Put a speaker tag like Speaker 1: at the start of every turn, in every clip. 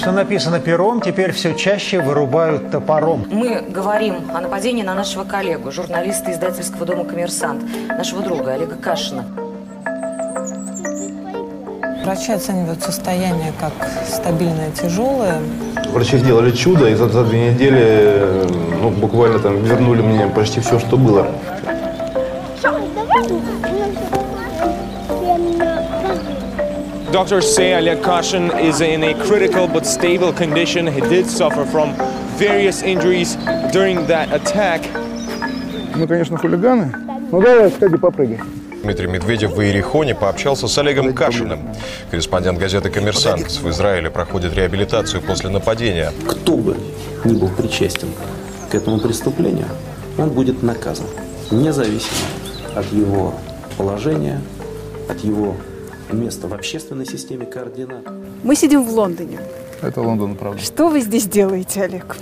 Speaker 1: что написано пером, теперь все чаще вырубают топором.
Speaker 2: Мы говорим о нападении на нашего коллегу, журналиста издательского дома «Коммерсант», нашего друга Олега Кашина.
Speaker 3: Врачи оценивают состояние как стабильное, тяжелое.
Speaker 4: Врачи сделали чудо, и за 2 недели буквально там вернули мне почти все, что было.
Speaker 5: Doctors say Oleg Kashin is in a critical but stable condition. He did suffer from various injuries during that attack.
Speaker 4: Мы, конечно, хулиганы. Ну давай, сходи, попрыгай.
Speaker 6: Дмитрий Медведев в Иерихоне пообщался с Олегом Кашиным. Корреспондент газеты «Коммерсант» в Израиле проходит реабилитацию после нападения.
Speaker 7: Кто бы ни был причастен к этому преступлению, он будет наказан, независимо от его положения, от его места в общественной системе координат.
Speaker 8: Мы сидим в Лондоне.
Speaker 4: Это Лондон, правда.
Speaker 8: Что вы здесь делаете, Олег?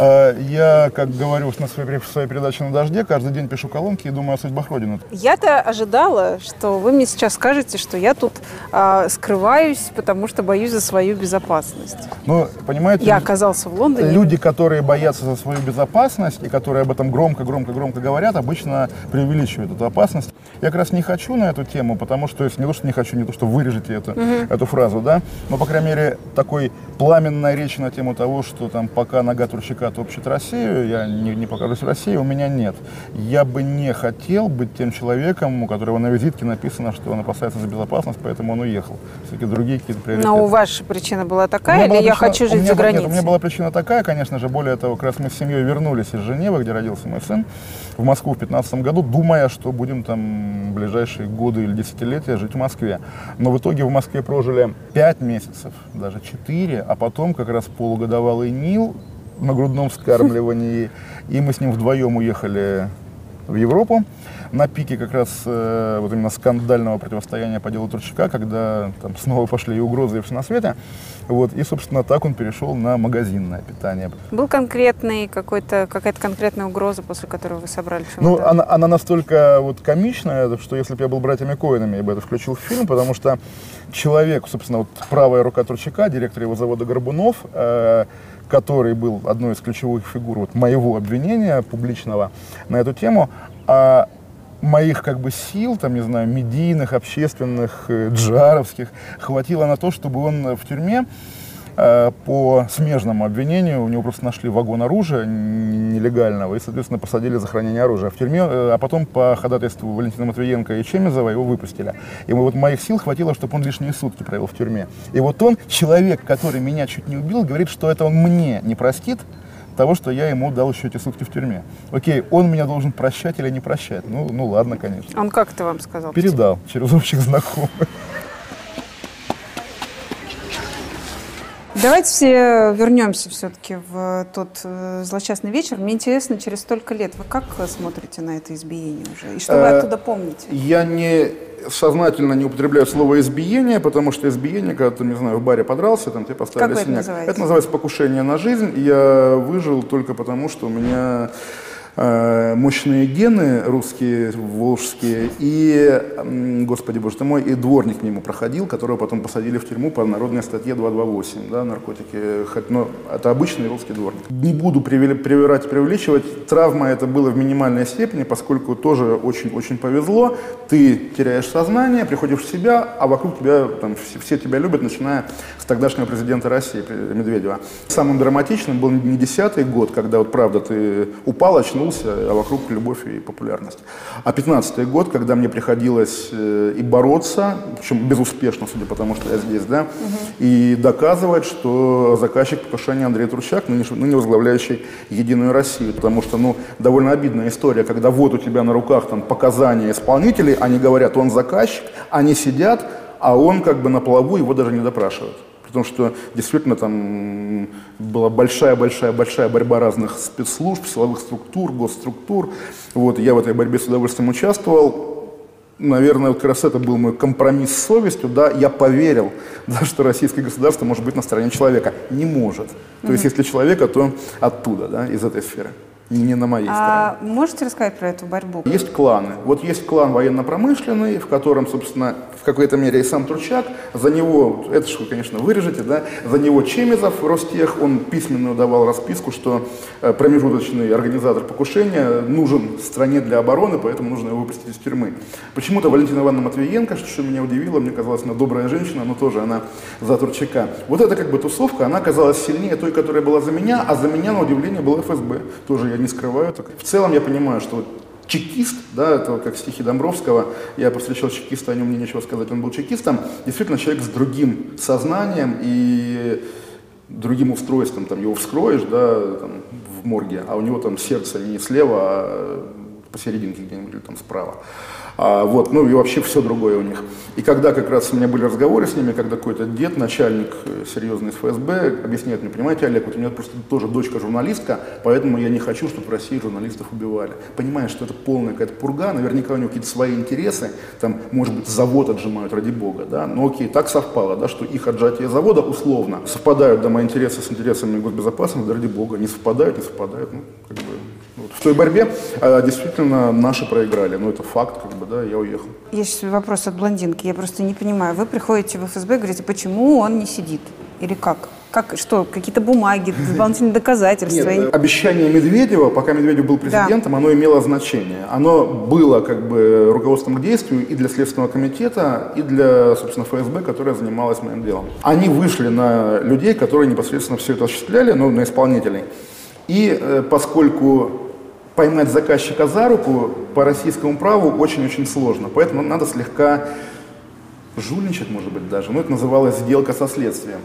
Speaker 4: Я, как говорю в своей передаче «На дожде», каждый день пишу колонки и думаю о судьбах Родины.
Speaker 8: Я-то ожидала, что вы мне сейчас скажете, что я тут скрываюсь, потому что боюсь за свою безопасность.
Speaker 4: Ну, понимаете,
Speaker 8: я оказался в Лондоне.
Speaker 4: Люди, которые боятся за свою безопасность и которые об этом громко говорят, обычно преувеличивают эту опасность. Я как раз не хочу на эту тему, потому что, если не то, что не хочу, не то, что вырежете эту фразу, да, но, по крайней мере, такой пламенная речь на тему того, что там пока нога Турчака топчет Россию, я не покажусь в России, у меня нет. Я бы не хотел быть тем человеком, у которого на визитке написано, что он опасается за безопасность, поэтому он уехал. Всякие другие какие-то приоритеты.
Speaker 8: Но ваша причина была такая, или я хочу жить за границей?
Speaker 4: Нет, у меня была причина такая, конечно же. Более того, как раз мы с семьей вернулись из Женевы, где родился мой сын, в Москву в 2015 году, думая, что будем там в ближайшие годы или десятилетия жить в Москве. Но в итоге в Москве прожили 5 месяцев, даже 4, а потом как раз полугодовалый Нил на грудном вскармливании, и мы с ним вдвоем уехали в Европу на пике как раз вот именно скандального противостояния по делу Турчака, когда там снова пошли и угрозы, и все на свете. Вот, и, собственно, так он перешел на магазинное питание.
Speaker 8: Был какая-то конкретная угроза, после которой вы собрали
Speaker 4: чемодан? Ну, она настолько вот комичная, что если бы я был братьями Коэнами, я бы это включил в фильм, потому что человек, собственно, вот правая рука Турчака, директор его завода Горбунов, который был одной из ключевых фигур вот моего обвинения публичного на эту тему, моих как бы сил, там, не знаю, медийных, общественных, джаровских, хватило на то, чтобы он в тюрьме по смежному обвинению, у него просто нашли вагон оружия нелегального и, соответственно, посадили за хранение оружия в тюрьме, а потом по ходатайству Валентина Матвиенко и Чемезова его выпустили. И вот моих сил хватило, чтобы он лишние сутки провел в тюрьме. И вот он, человек, который меня чуть не убил, говорит, что это он мне не простит того, что я ему дал еще эти сутки в тюрьме. Окей, он меня должен прощать или не прощать? Ну ладно, конечно.
Speaker 8: Он как это вам сказал?
Speaker 4: Передал, через общих знакомых.
Speaker 8: Давайте все вернемся все-таки в тот злосчастный вечер. Мне интересно, через столько лет вы как смотрите на это избиение уже? И что вы оттуда помните?
Speaker 4: Я сознательно не употребляю слово «избиение», потому что избиение, когда ты, не знаю, в баре подрался, там тебе поставили синяк. Это называется покушение на жизнь. Я выжил только потому, что у меня мощные гены русские, волжские, и, господи боже ты мой, и дворник мимо проходил, которого потом посадили в тюрьму по народной статье 228, да, наркотики, но это обычный русский дворник. Не буду привирать и преувеличивать, травма это было в минимальной степени, поскольку тоже очень-очень повезло, ты теряешь сознание, приходишь в себя, а вокруг тебя, там, все тебя любят, начиная с тогдашнего президента России, Медведева. Самым драматичным был не 10-й год, когда вот правда ты упал, очнулся, а вокруг любовь и популярность. А 15-й год, когда мне приходилось и бороться, причем безуспешно, судя по тому, что я здесь, да, и доказывать, что заказчик покушения Андрей Турчак, ныне возглавляющий Единую Россию. Потому что, довольно обидная история, когда вот у тебя на руках там показания исполнителей, они говорят, он заказчик, они сидят, а он как бы на плаву, его даже не допрашивают. Потому что действительно там была большая борьба разных спецслужб, силовых структур, госструктур. Вот, я в этой борьбе с удовольствием участвовал. Наверное, как раз это был мой компромисс с совестью. Да, я поверил, да, что российское государство может быть на стороне человека. Не может. То есть, если человека, то оттуда, да, из этой сферы. не на моей стороне.
Speaker 8: Можете рассказать про эту борьбу?
Speaker 4: Есть кланы. Вот есть клан военно-промышленный, в котором, собственно, в какой-то мере и сам Турчак, за него, это же вы, конечно, вырежете, да, за него Чемезов, Ростех, он письменную давал расписку, что промежуточный организатор покушения нужен стране для обороны, поэтому нужно его выпустить из тюрьмы. Почему-то Валентина Ивановна Матвиенко, что меня удивило, мне казалось, она добрая женщина, но тоже она за Турчака. Вот эта как бы тусовка, она оказалась сильнее той, которая была за меня, а за меня, на удивление, был ФСБ. Тоже я не скрываю. В целом я понимаю, что чекист, да, это как стихи Домбровского, я повстречал чекиста, о нем мне нечего сказать, он был чекистом, действительно человек с другим сознанием и другим устройством, там его вскроешь, да, там, в морге, а у него там сердце не слева, а посерединке где-нибудь или там справа. Вот, ну и вообще все другое у них. И когда как раз у меня были разговоры с ними, когда какой-то дед, начальник серьезный из ФСБ, объясняет мне, понимаете, Олег, вот у меня просто тоже дочка журналистка, поэтому я не хочу, чтобы в России журналистов убивали. Понимаешь, что это полная какая-то пурга, наверняка у него какие-то свои интересы, там, может быть, завод отжимают, ради бога, да, но окей, так совпало, да, что их отжатие завода условно совпадают, да, мои интересы с интересами госбезопасности, да, ради бога, не совпадают, ну, как бы... Вот. В той борьбе действительно наши проиграли, но это факт, как бы, да, я уехал.
Speaker 8: Есть вопрос от блондинки, я просто не понимаю. Вы приходите в ФСБ и говорите, почему он не сидит? Или как? Что, какие-то бумаги, дополнительные доказательства?
Speaker 4: Нет, обещание Медведева, пока Медведев был президентом, да, оно имело значение. Оно было как бы руководством к действию и для Следственного комитета, и для, собственно, ФСБ, которая занималась моим делом. Они вышли на людей, которые непосредственно все это осуществляли, ну, на исполнителей. И поскольку поймать заказчика за руку по российскому праву очень-очень сложно, поэтому надо слегка жульничать, может быть, даже, но это называлось сделка со следствием.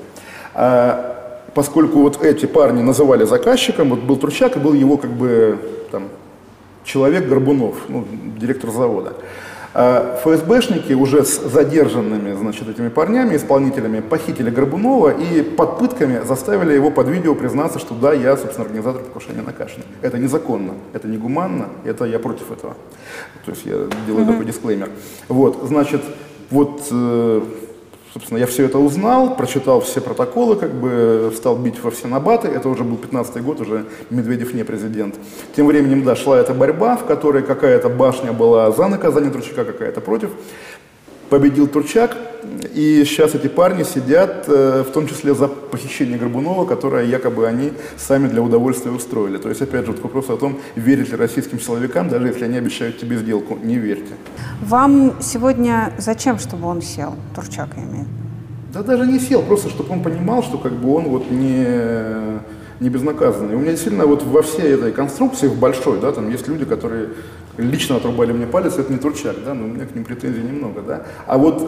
Speaker 4: Поскольку вот эти парни называли заказчиком, вот был Турчак и был его как бы там человек Горбунов, ну, директор завода. ФСБшники уже с задержанными, значит, этими парнями, исполнителями, похитили Горбунова и под пытками заставили его под видео признаться, что да, я, собственно, организатор покушения на Кашина. Это незаконно, это негуманно, это я против этого. То есть я делаю такой дисклеймер. Вот, значит, вот, собственно, я все это узнал, прочитал все протоколы, как бы стал бить во все набаты. Это уже был 15-й год, уже Медведев не президент. Тем временем, да, шла эта борьба, в которой какая-то башня была за наказание Турчака, какая-то против. Победил Турчак, и сейчас эти парни сидят, в том числе за похищение Горбунова, которое якобы они сами для удовольствия устроили. То есть, опять же, вот вопрос о том, верить ли российским силовикам, даже если они обещают тебе сделку, не верьте.
Speaker 8: Вам сегодня зачем, чтобы он сел, Турчак, я имею?
Speaker 4: Да даже не сел, просто чтобы он понимал, что как бы он вот не безнаказанный. У меня действительно вот во всей этой конструкции, в большой, да, там есть люди, которые лично отрубали мне палец, это не Турчак, да, но у меня к ним претензий немного, да. А вот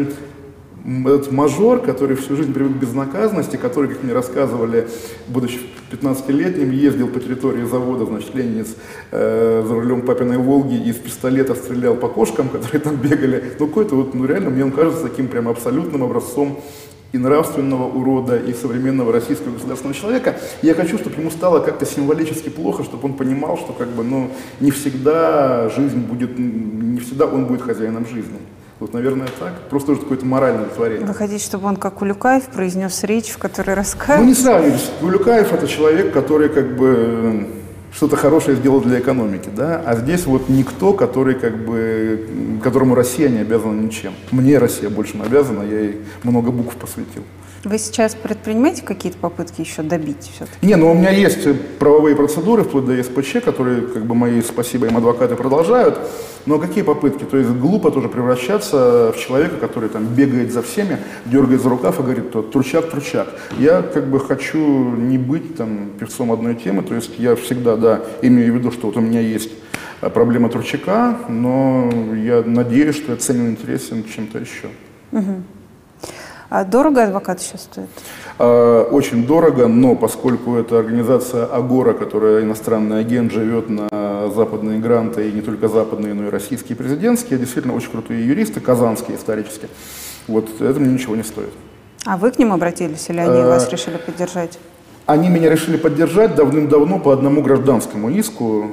Speaker 4: этот мажор, который всю жизнь привык к безнаказанности, который, как мне рассказывали, будучи 15-летним, ездил по территории завода, значит, ленинец, за рулем папиной Волги и из пистолета стрелял по кошкам, которые там бегали. Ну, какой-то вот, ну, реально, мне он кажется таким прям абсолютным образцом и нравственного урода, и современного российского государственного человека. Я хочу, чтобы ему стало как-то символически плохо, чтобы он понимал, что как бы, ну, не всегда жизнь будет, не всегда он будет хозяином жизни. Вот, наверное, так. Просто уже какое-то моральное творение.
Speaker 8: Вы хотите, чтобы он, как Улюкаев, произнес речь, в которой раскаялся?
Speaker 4: Ну, не сравнивайте. Улюкаев — это человек, который как бы что-то хорошее сделал для экономики, да? А здесь вот никто, который как бы, которому Россия не обязана ничем. Мне Россия больше обязана, я ей много букв посвятил.
Speaker 8: Вы сейчас предпринимаете какие-то попытки еще добить все-таки?
Speaker 4: Не, ну у меня есть правовые процедуры, вплоть до СПЧ, которые, как бы, мои, спасибо им, адвокаты продолжают. Но какие попытки? То есть глупо тоже превращаться в человека, который там бегает за всеми, дергает за рукав и говорит: Турчак, Турчак. Я как бы хочу не быть там певцом одной темы, то есть я всегда, да, имею в виду, что вот у меня есть проблема Турчака, но я надеюсь, что я ценен и интересен чем-то еще.
Speaker 8: Угу. А дорого адвокат сейчас стоит?
Speaker 4: Очень дорого, но поскольку это организация Агора, которая иностранный агент, живет на западные гранты, и не только западные, но и российские, президентские, действительно очень крутые юристы, казанские исторически, вот это мне ничего не стоит. А
Speaker 8: вы к ним обратились или они вас решили поддержать?
Speaker 4: Они меня решили поддержать давным-давно по одному гражданскому иску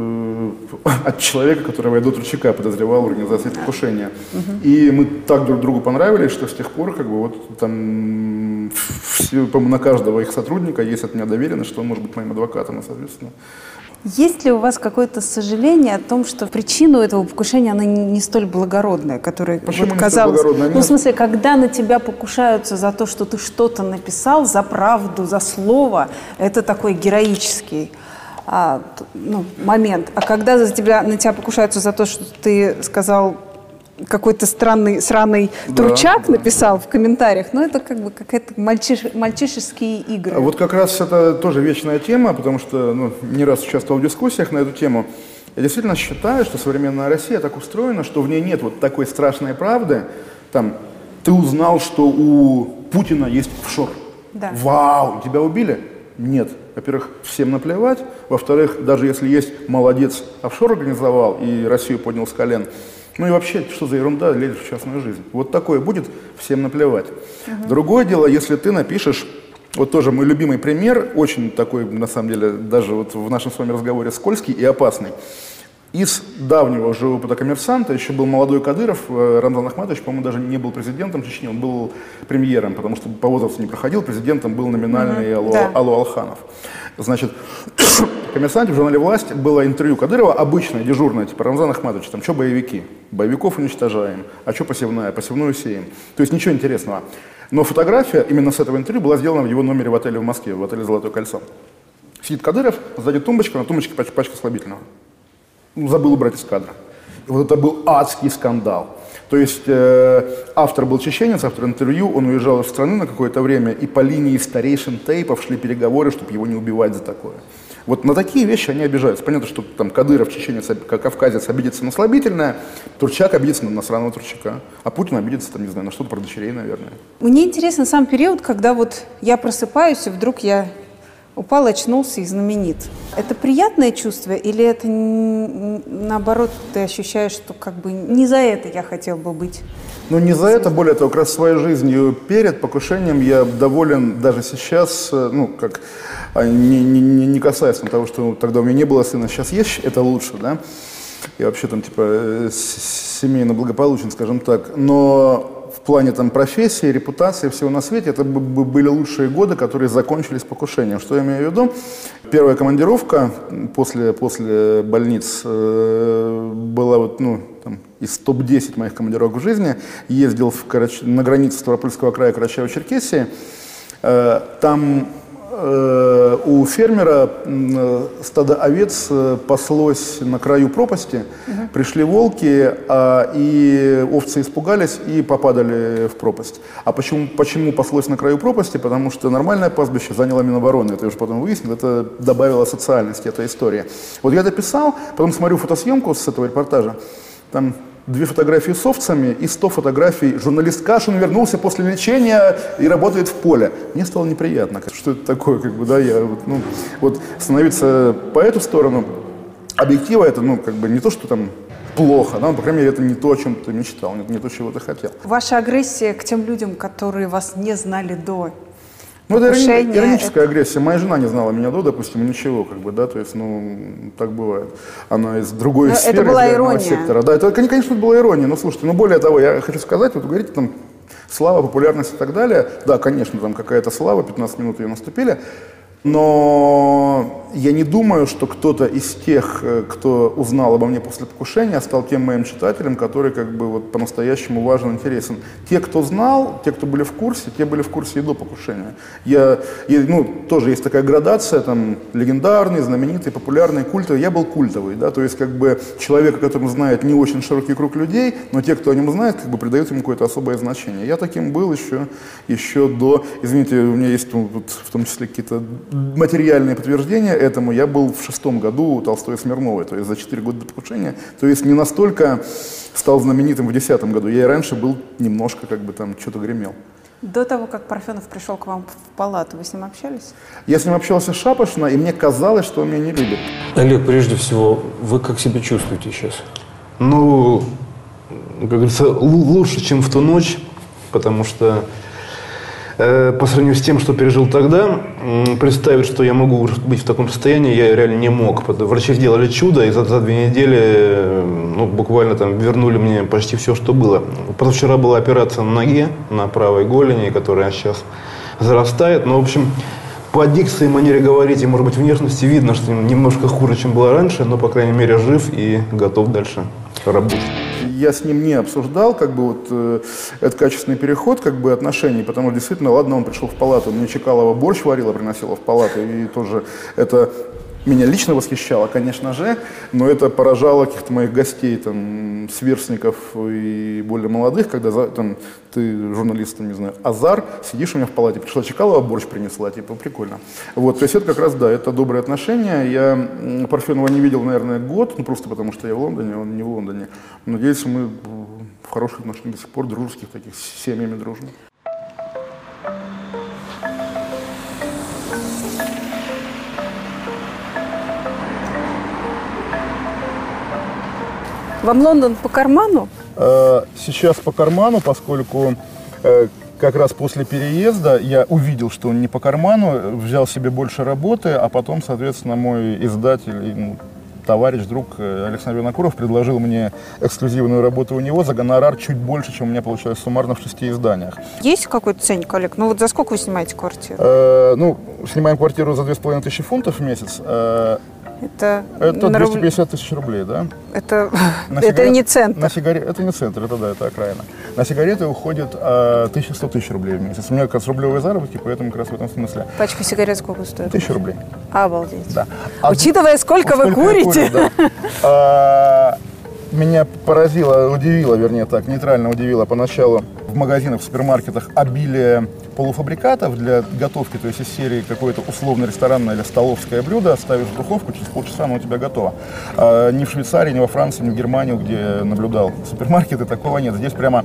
Speaker 4: от человека, которого я до Турчака подозревал в организации покушения. И мы так друг другу понравились, что с тех пор как бы вот там на каждого их сотрудника есть от меня доверенность, что он может быть моим адвокатом, и, соответственно,
Speaker 8: Есть ли у вас какое-то сожаление о том, что причина этого покушения, она не столь благородная, которая
Speaker 4: Почему
Speaker 8: вот
Speaker 4: не
Speaker 8: казалось...
Speaker 4: столь благородная?
Speaker 8: Ну, в смысле, когда на тебя покушаются за то, что ты что-то написал, за правду, за слово, это такой героический момент. А когда на тебя покушаются за то, что ты сказал какой-то сраный турчак написал в комментариях, ну это как бы какие-то мальчишеские игры.
Speaker 4: Вот как раз это тоже вечная тема, потому что не раз участвовал в дискуссиях на эту тему. Я действительно считаю, что современная Россия так устроена, что в ней нет вот такой страшной правды. Там, ты узнал, что у Путина есть офшор.
Speaker 8: Да.
Speaker 4: Вау, тебя убили? Нет. Во-первых, всем наплевать. Во-вторых, даже если есть молодец, офшор организовал и Россию поднял с колен, ну и вообще, что за ерунда, лезешь в частную жизнь. Вот такое будет, всем наплевать. Другое дело, если ты напишешь, вот тоже мой любимый пример, очень такой, на самом деле, даже вот в нашем с вами разговоре скользкий и опасный. Из давнего уже опыта «Коммерсанта» еще был молодой Кадыров, Рамзан Ахматович, по-моему, даже не был президентом Чечни, он был премьером, потому что по возрасту не проходил, президентом был номинальный Алу Алханов. Значит, в «Коммерсанте» в журнале «Власть» было интервью Кадырова, обычное, дежурное, типа Рамзан Ахматович, там, что боевики? Боевиков уничтожаем, а что посевная? Посевную сеем. То есть ничего интересного. Но фотография именно с этого интервью была сделана в его номере в отеле в Москве, в отеле «Золотое кольцо». Сидит Кадыров, сзади тумбочка, на тумбочке пачка слабительного. Забыл убрать из кадра. И вот это был адский скандал. То есть автор был чеченец, автор интервью, он уезжал из страны на какое-то время, и по линии старейшин тейпов шли переговоры, чтобы его не убивать за такое. Вот на такие вещи они обижаются. Понятно, что там Кадыров, чеченец, кавказец обидится на слабительное, турчак обидится на сраного турчака, а Путин обидится, там, не знаю, на что-то про дочерей, наверное.
Speaker 8: Мне интересен сам период, когда вот я просыпаюсь, и вдруг я упал, очнулся и знаменит. Это приятное чувство или это наоборот ты ощущаешь, что как бы не за это я хотел бы быть?
Speaker 4: Ну не за это, более того, как раз своей жизнью перед покушением я доволен даже сейчас, ну как, не касаясь того, что тогда у меня не было сына, сейчас есть, это лучше, да? Я вообще там типа семейно благополучен, скажем так, но в плане там профессии, репутации, всего на свете, это были лучшие годы, которые закончились покушением. Что я имею в виду? Первая командировка после больниц была вот, там, из топ-10 моих командировок в жизни. Ездил на границу Ставропольского края Карачаево-Черкесии. Там у фермера стадо овец паслось на краю пропасти, пришли волки, и овцы испугались и попадали в пропасть. А почему паслось на краю пропасти? Потому что нормальное пастбище заняло Минобороны. Это я уже потом выяснил, это добавило социальности этой истории. Вот я дописал, потом смотрю фотосъемку с этого репортажа, там 2 фотографии с овцами и 100 фотографий. Журналист Кашин вернулся после лечения и работает в поле. Мне стало неприятно, что это такое, как бы, да, я вот становиться по эту сторону объектива, это, как бы не то, что там плохо, да, по крайней мере, это не то, о чем ты мечтал, не то, чего ты хотел.
Speaker 8: Ваша агрессия к тем людям, которые вас не знали до
Speaker 4: это ироническая агрессия. Моя жена не знала меня до, допустим, ничего, как бы, да, то есть, так бывает. Она из другой сферы,
Speaker 8: это была
Speaker 4: из
Speaker 8: ирония.
Speaker 4: Сектора. Да, это, конечно, это была ирония, но слушайте, более того, я хочу сказать, вот вы говорите, там, слава, популярность и так далее, да, конечно, там какая-то слава, 15 минут ее наступили, но я не думаю, что кто-то из тех, кто узнал обо мне после покушения, стал тем моим читателем, который как бы вот по-настоящему важен, интересен. Те, кто знал, те, кто были в курсе, те были в курсе и до покушения. Тоже есть такая градация, там, легендарный, знаменитый, популярный, культовый. Я был культовый, да, то есть как бы человек, о котором знает не очень широкий круг людей, но те, кто о нем знает, как бы придают ему какое-то особое значение. Я таким был еще до, извините, у меня есть вот, в том числе какие-то материальные подтверждения этому. Я был в 6-м году у Толстой и Смирновой, то есть за 4 года до покушения. То есть не настолько стал знаменитым в 10-м году. Я и раньше был немножко как бы там что-то гремел.
Speaker 8: До того, как Парфенов пришел к вам в палату, вы с ним общались?
Speaker 4: Я с ним общался шапошно, и мне казалось, что он меня не любит.
Speaker 9: Олег, прежде всего, вы как себя чувствуете сейчас?
Speaker 10: Как говорится, лучше, чем в ту ночь, потому что по сравнению с тем, что пережил тогда, представить, что я могу быть в таком состоянии, я реально не мог. Врачи сделали чудо, и за 2 недели буквально там вернули мне почти все, что было. Позавчера была операция на ноге, на правой голени, которая сейчас зарастает. Но, в общем, по дикции, манере говорить и, может быть, внешности видно, что немножко хуже, чем было раньше, но, по крайней мере, жив и готов дальше работать.
Speaker 4: Я с ним не обсуждал, как бы, вот, этот качественный переход, как бы, отношений, потому что, действительно, ладно, он пришел в палату, мне Чекалова борщ варила, приносила в палату, и тоже это меня лично восхищало, конечно же, но это поражало каких-то моих гостей, там, сверстников и более молодых, когда там, ты, журналист, там, не знаю, азар, сидишь у меня в палате, пришла Чекалова, борщ принесла, типа, прикольно. Вот, то есть это как раз, да, это добрые отношения. Я Парфенова не видел, наверное, год, ну, просто потому что я в Лондоне, он не в Лондоне. Надеюсь, мы в хороших отношениях до сих пор, дружеских таких, с семьями дружно.
Speaker 8: Вам Лондон по карману?
Speaker 4: Сейчас по карману, поскольку как раз после переезда я увидел, что он не по карману, взял себе больше работы, а потом, соответственно, мой издатель, товарищ, друг Александр Винокуров предложил мне эксклюзивную работу у него за гонорар чуть больше, чем у меня получалось суммарно в 6 изданиях.
Speaker 8: Есть какой-то ценник, Олег? Ну вот за сколько вы снимаете квартиру?
Speaker 4: Ну, снимаем квартиру за 2500 фунтов в месяц.
Speaker 8: Это
Speaker 4: 250 тысяч рублей, да?
Speaker 8: Это не центр.
Speaker 4: Это не центр, это да, это окраина. На сигареты уходит 1100 тысяч рублей в месяц. У меня как раз рублевые заработки, поэтому как раз в этом смысле.
Speaker 8: Пачка сигарет сколько стоит?
Speaker 4: 1000 рублей.
Speaker 8: Обалдеть.
Speaker 4: Да.
Speaker 8: Учитывая, сколько вы курите.
Speaker 4: Курю, да. Меня поразило, удивило, вернее так, нейтрально удивило поначалу в магазинах, в супермаркетах обилие полуфабрикатов для готовки, то есть из серии какое-то условно ресторанное или столовское блюдо, ставишь в духовку, через полчаса оно у тебя готово. Ни в Швейцарии, ни во Франции, ни в Германии, где я наблюдал супермаркеты, такого нет. Здесь прямо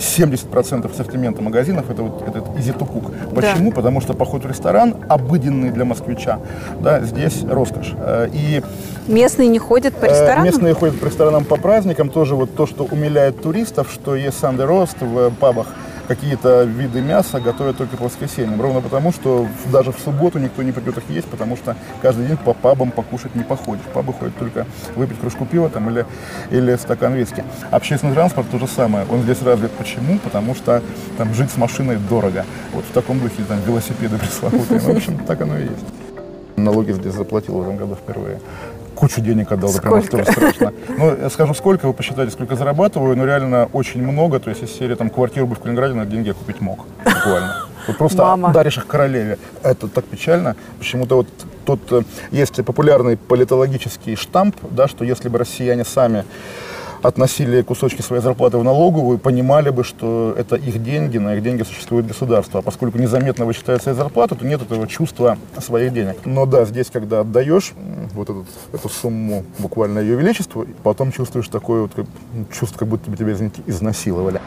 Speaker 4: 70% ассортимента магазинов это вот этот easy to cook. Почему? Да. Потому что поход в ресторан обыденный для москвича, да, здесь роскошь. И
Speaker 8: местные не ходят по ресторанам?
Speaker 4: Местные ходят по ресторанам по праздникам, тоже вот то, что умиляет туристов, что есть Sunday roast в пабах. Какие-то виды мяса готовят только по воскресеньям. Ровно потому, что даже в субботу никто не придет их есть, потому что каждый день по пабам покушать не походишь. В пабы ходят только выпить кружку пива там, или стакан виски. Общественный транспорт то же самое. Он здесь развит. Почему? Потому что там жить с машиной дорого. Вот в таком духе там велосипеды пресловутые. В общем, так оно и есть. Налоги здесь заплатил в этом году впервые. Кучу денег отдал, это прямо тоже страшно. Ну, я скажу, сколько, вы посчитаете, сколько зарабатываю, но реально очень много. То есть из серии там квартиру бы в Калининграде на деньги я купить мог. Буквально. Вот просто даришь их королеве. Это так печально. Почему-то вот тут есть популярный политологический штамп, да, что если бы россияне сами относили кусочки своей зарплаты в налоговую, понимали бы, что это их деньги, на их деньги существует государство. А поскольку незаметно вычитается из зарплаты, то нет этого чувства своих денег. Но да, здесь, когда отдаешь вот эту сумму буквально ее величеству, потом чувствуешь такое вот чувство, как будто бы тебя, извините, изнасиловали.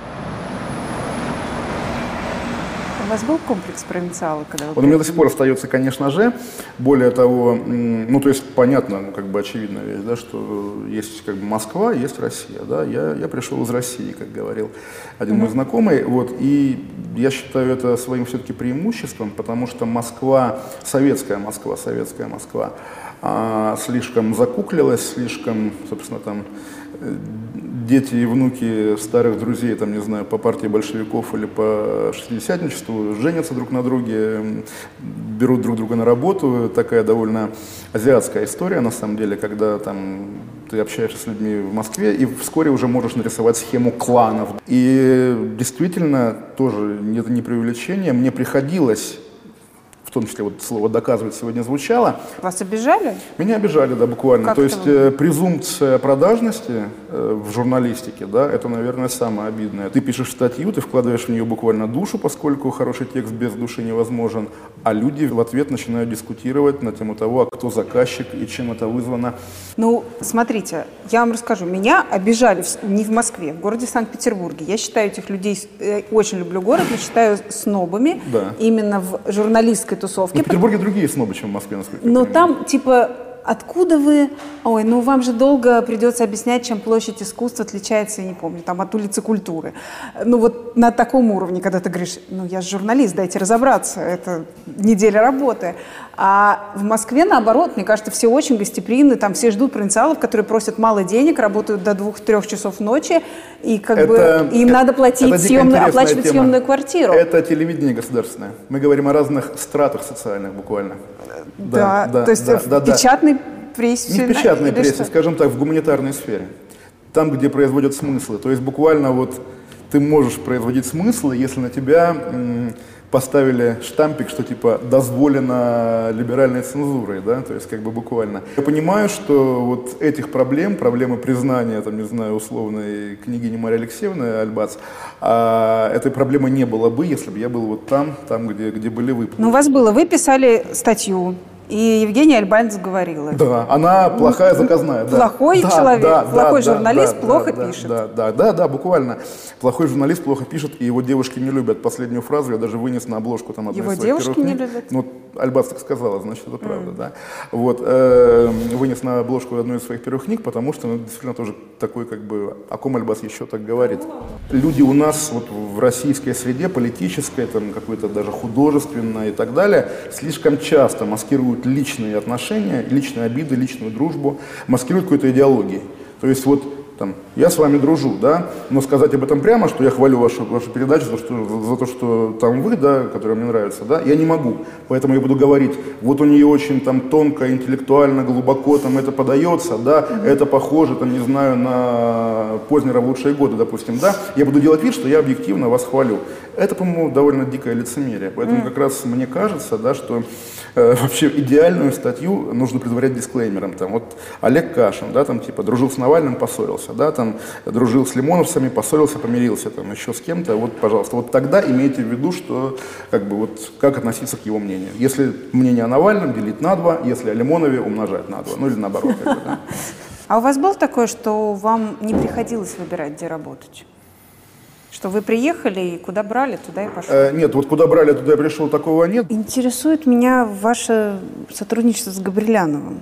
Speaker 8: У вас был комплекс провинциала, когда вы...
Speaker 4: Он у меня до сих пор остается, конечно же. Более того, ну, то есть, понятно, ну, как бы очевидная вещь, да, что есть как бы Москва, есть Россия, да. Я пришел из России, как говорил один мой знакомый, вот, и я считаю это своим все-таки преимуществом, потому что Москва, советская Москва, слишком закуклилась, слишком, собственно, там, дети и внуки старых друзей, там, не знаю, по партии большевиков или по шестидесятничеству женятся друг на друге, берут друг друга на работу. Такая довольно азиатская история, на самом деле, когда там ты общаешься с людьми в Москве и вскоре уже можешь нарисовать схему кланов. И действительно, тоже это не преувеличение, мне приходилось, в том числе вот слово «доказывать» сегодня звучало.
Speaker 8: Вас обижали?
Speaker 4: Меня обижали, да, буквально.
Speaker 8: Как
Speaker 4: то есть презумпция продажности в журналистике, да, это, наверное, самое обидное. Ты пишешь статью, ты вкладываешь в нее буквально душу, поскольку хороший текст без души невозможен, а люди в ответ начинают дискутировать на тему того, а кто заказчик и чем это вызвано.
Speaker 8: Ну, смотрите, я вам расскажу. Меня обижали не в Москве, в городе Санкт-Петербурге. Я считаю этих людей, очень люблю город, но считаю снобами, да, именно в журналистской тусовке.
Speaker 4: Но в Петербурге другие снобы, чем в Москве, насколько я
Speaker 8: понимаю. Но там, типа, откуда вы... Ой, ну вам же долго придется объяснять, чем площадь искусства отличается, я не помню, там от улицы Культуры. Ну вот вот на таком уровне, когда ты говоришь, ну, я же журналист, дайте разобраться, это неделя работы. А в Москве, наоборот, мне кажется, все очень гостеприимны, там все ждут провинциалов, которые просят мало денег, работают до 2-3 часов ночи, и как бы им надо платить оплачивать съемную квартиру.
Speaker 4: Это телевидение государственное. Мы говорим о разных стратах социальных буквально.
Speaker 8: Да, то есть в печатной прессе?
Speaker 4: Не в печатной прессе, скажем так, в гуманитарной сфере. Там, где производят смыслы. То есть буквально вот ты можешь производить смыслы, если на тебя поставили штампик, что типа дозволено либеральной цензурой, да, то есть как бы буквально. Я понимаю, что вот этих проблемы признания, там, не знаю, условной княгини Марии Алексеевны Альбац, этой проблемы не было бы, если бы я был вот там где были вы.
Speaker 8: Ну, у вас было, вы писали статью, и Евгения Альбанец говорила.
Speaker 4: Да, она плохая заказная.
Speaker 8: Плохой человек, плохой журналист плохо пишет.
Speaker 4: Да, буквально. Плохой журналист плохо пишет, и его девушки не любят. Последнюю фразу я даже вынес на обложку там одной из своих первых книг.
Speaker 8: Его девушки не любят?
Speaker 4: Ну, Альбац так сказала, значит, это правда, да. Вот, вынес на обложку одной из своих первых книг, потому что, ну, действительно тоже такой, как бы, о ком Альбац еще так говорит. Люди у нас вот в российской среде, политической, там, какой-то даже художественной и так далее, слишком часто маскируют личные отношения, личные обиды, личную дружбу, маскируют какой-то идеологией. То есть вот там, я с вами дружу, да, но сказать об этом прямо, что я хвалю вашу передачу за то, что там вы, да, которая мне нравится, да, я не могу. Поэтому я буду говорить, вот у нее очень там тонко, интеллектуально, глубоко там это подается, да, это похоже, там, не знаю, на поздние лучшие годы, допустим, да. Я буду делать вид, что я объективно вас хвалю. Это, по-моему, довольно дикое лицемерие. Поэтому как раз мне кажется, да, что вообще идеальную статью нужно предварять дисклеймером. Там, вот Олег Кашин, да, там, типа, дружил с Навальным, поссорился, да, там, дружил с лимоновцами, поссорился, помирился, там, еще с кем-то, вот, пожалуйста, вот тогда имейте в виду, что, как бы, вот, как относиться к его мнению. Если мнение о Навальном делить на 2, если о Лимонове умножать на 2, ну, или наоборот. Как бы, да.
Speaker 8: А у вас было такое, что вам не приходилось выбирать, где работать? Что вы приехали и куда брали, туда и пошли?
Speaker 4: Нет, вот куда брали, туда и пришел, такого нет.
Speaker 8: Интересует меня ваше сотрудничество с Габриляновым.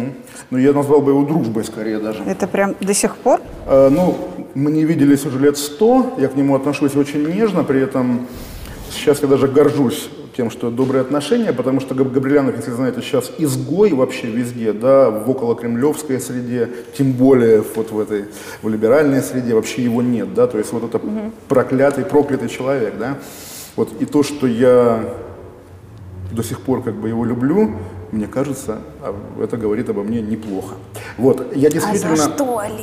Speaker 4: Ну, я назвал бы его дружбой, скорее, даже.
Speaker 8: Это прям до сих пор?
Speaker 4: Ну, мы не виделись уже лет 100, я к нему отношусь очень нежно, при этом сейчас я даже горжусь тем, что добрые отношения, потому что Габрилянов, если знаете, сейчас изгой вообще везде, да, в околокремлевской среде, тем более вот в либеральной среде вообще его нет, да, то есть вот это проклятый человек, да, вот и то, что я до сих пор как бы его люблю, мне кажется, это говорит обо мне неплохо. Вот, я действительно...
Speaker 8: А за что, Олег?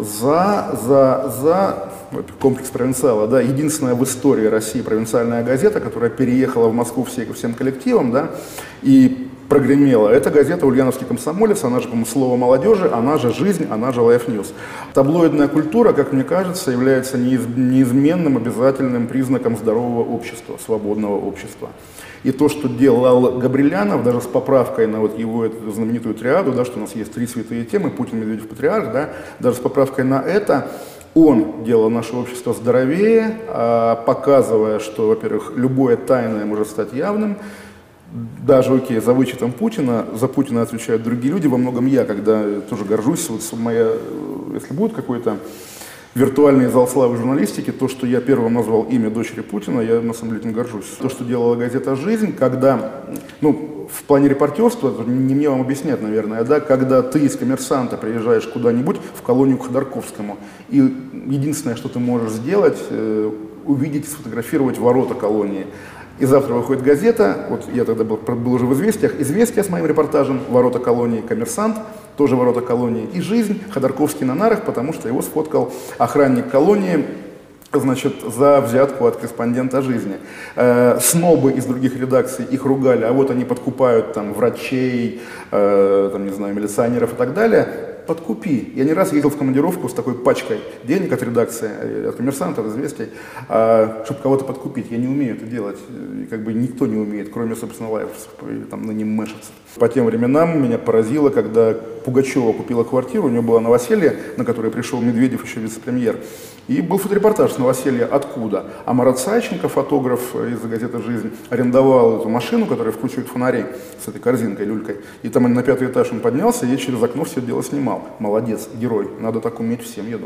Speaker 4: За комплекс «Провинциала», да, единственная в истории России провинциальная газета, которая переехала в Москву всем коллективом, да, и прогремела. Это газета «Ульяновский комсомолец», она же, по-моему, «Слово молодежи», она же «Жизнь», она же «Life News». Таблоидная культура, как мне кажется, является неизменным обязательным признаком здорового общества, свободного общества. И то, что делал Габрилянов, даже с поправкой на вот его эту знаменитую триаду, да, что у нас есть 3 святые темы, Путин, Медведев, Патриарх, да, даже с поправкой на это, он делал наше общество здоровее, показывая, что, во-первых, любое тайное может стать явным. Даже, окей, за вычетом Путина, за Путина отвечают другие люди, во многом я, когда тоже горжусь, вот моя, если будет какой-то виртуальный зал славы журналистики, то, что я первым назвал имя дочери Путина, я на самом деле этим горжусь. То, что делала газета «Жизнь», когда, ну, в плане репортерства, не мне вам объяснять, наверное, да, когда ты из «Коммерсанта» приезжаешь куда-нибудь в колонию к Ходорковскому, и единственное, что ты можешь сделать, увидеть, сфотографировать ворота колонии. И завтра выходит газета, вот я тогда был уже в «Известиях», «Известия» с моим репортажем, «Ворота колонии», «Коммерсант», тоже «Ворота колонии» и «Жизнь», Ходорковский на нарах, потому что его сфоткал охранник колонии, значит, за взятку от корреспондента «Жизни». Снобы из других редакций их ругали, а вот они подкупают там врачей, там, не знаю, милиционеров и так далее. Подкупи. Я не раз ездил в командировку с такой пачкой денег от редакции, от «Коммерсанта», от «Известий», чтобы кого-то подкупить. Я не умею это делать. И как бы никто не умеет, кроме, собственно, лайфовцев или там на ним мэшевцев. По тем временам меня поразило, когда Пугачева купила квартиру, у нее было новоселье, на которое пришел Медведев, еще вице-премьер. И был фоторепортаж с новоселья «Откуда?». А Марат Саченко, фотограф из газеты «Жизнь», арендовал эту машину, которая вкручивает фонари с этой корзинкой, люлькой. И там на 5-й этаж он поднялся и через окно все это дело снимал. Молодец, герой. Надо так уметь всем, я думаю.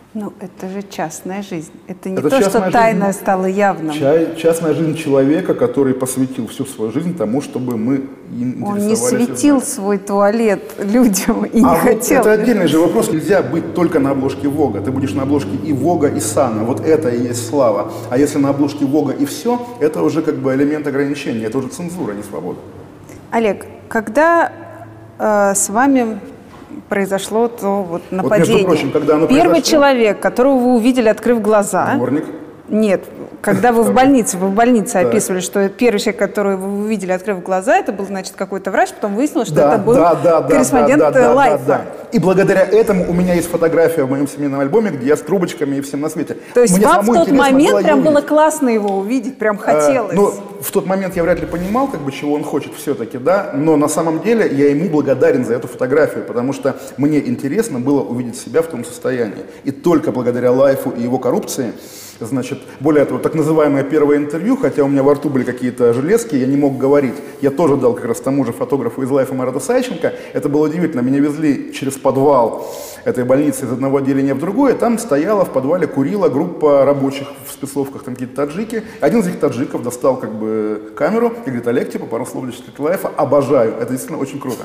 Speaker 8: Ну, это же частная жизнь. Это не это то, что тайное стало явным.
Speaker 4: Частная жизнь человека, который посвятил всю свою жизнь тому, чтобы мы им интересовались.
Speaker 8: Он не светил свой туалет людям и не хотел.
Speaker 4: Это отдельный же вопрос. Нельзя быть только на обложке Вога. Ты будешь на обложке и Вога, и Сана. Вот это и есть слава. А если на обложке Вога и все, это уже как бы элемент ограничения. Это уже цензура, не свобода.
Speaker 8: Олег, когда с вами произошло то вот нападение.
Speaker 4: Вот, между прочим, когда оно
Speaker 8: Первый человек, которого вы увидели, открыв глаза.
Speaker 4: Дворник?
Speaker 8: Нет, когда вы в больнице описывали, что первый человек, которого вы увидели, открыв глаза, это был, значит, какой-то врач, потом выяснилось, что это был корреспондент Лайфа.
Speaker 4: И благодаря этому у меня есть фотография в моем семейном альбоме, где я с трубочками и всем на свете.
Speaker 8: То есть вам в тот момент прям было классно его увидеть, прям хотелось?
Speaker 4: Ну, в тот момент я вряд ли понимал, как бы, чего он хочет все-таки, да, но на самом деле я ему благодарен за эту фотографию, потому что мне интересно было увидеть себя в том состоянии. И только благодаря Лайфу и его коррупции, значит, более того, так называемое первое интервью, хотя у меня во рту были какие-то железки, я не мог говорить, я тоже дал как раз тому же фотографу из Лайфа Марату Сайченко. Это было удивительно, меня везли через подвал этой больницы из одного отделения в другое, там стояла в подвале, курила группа рабочих в спецовках, там какие-то таджики. Один из этих таджиков достал как бы камеру и говорит: Олег, типа, пару слов для читателей Лайфа, обожаю, это действительно очень круто.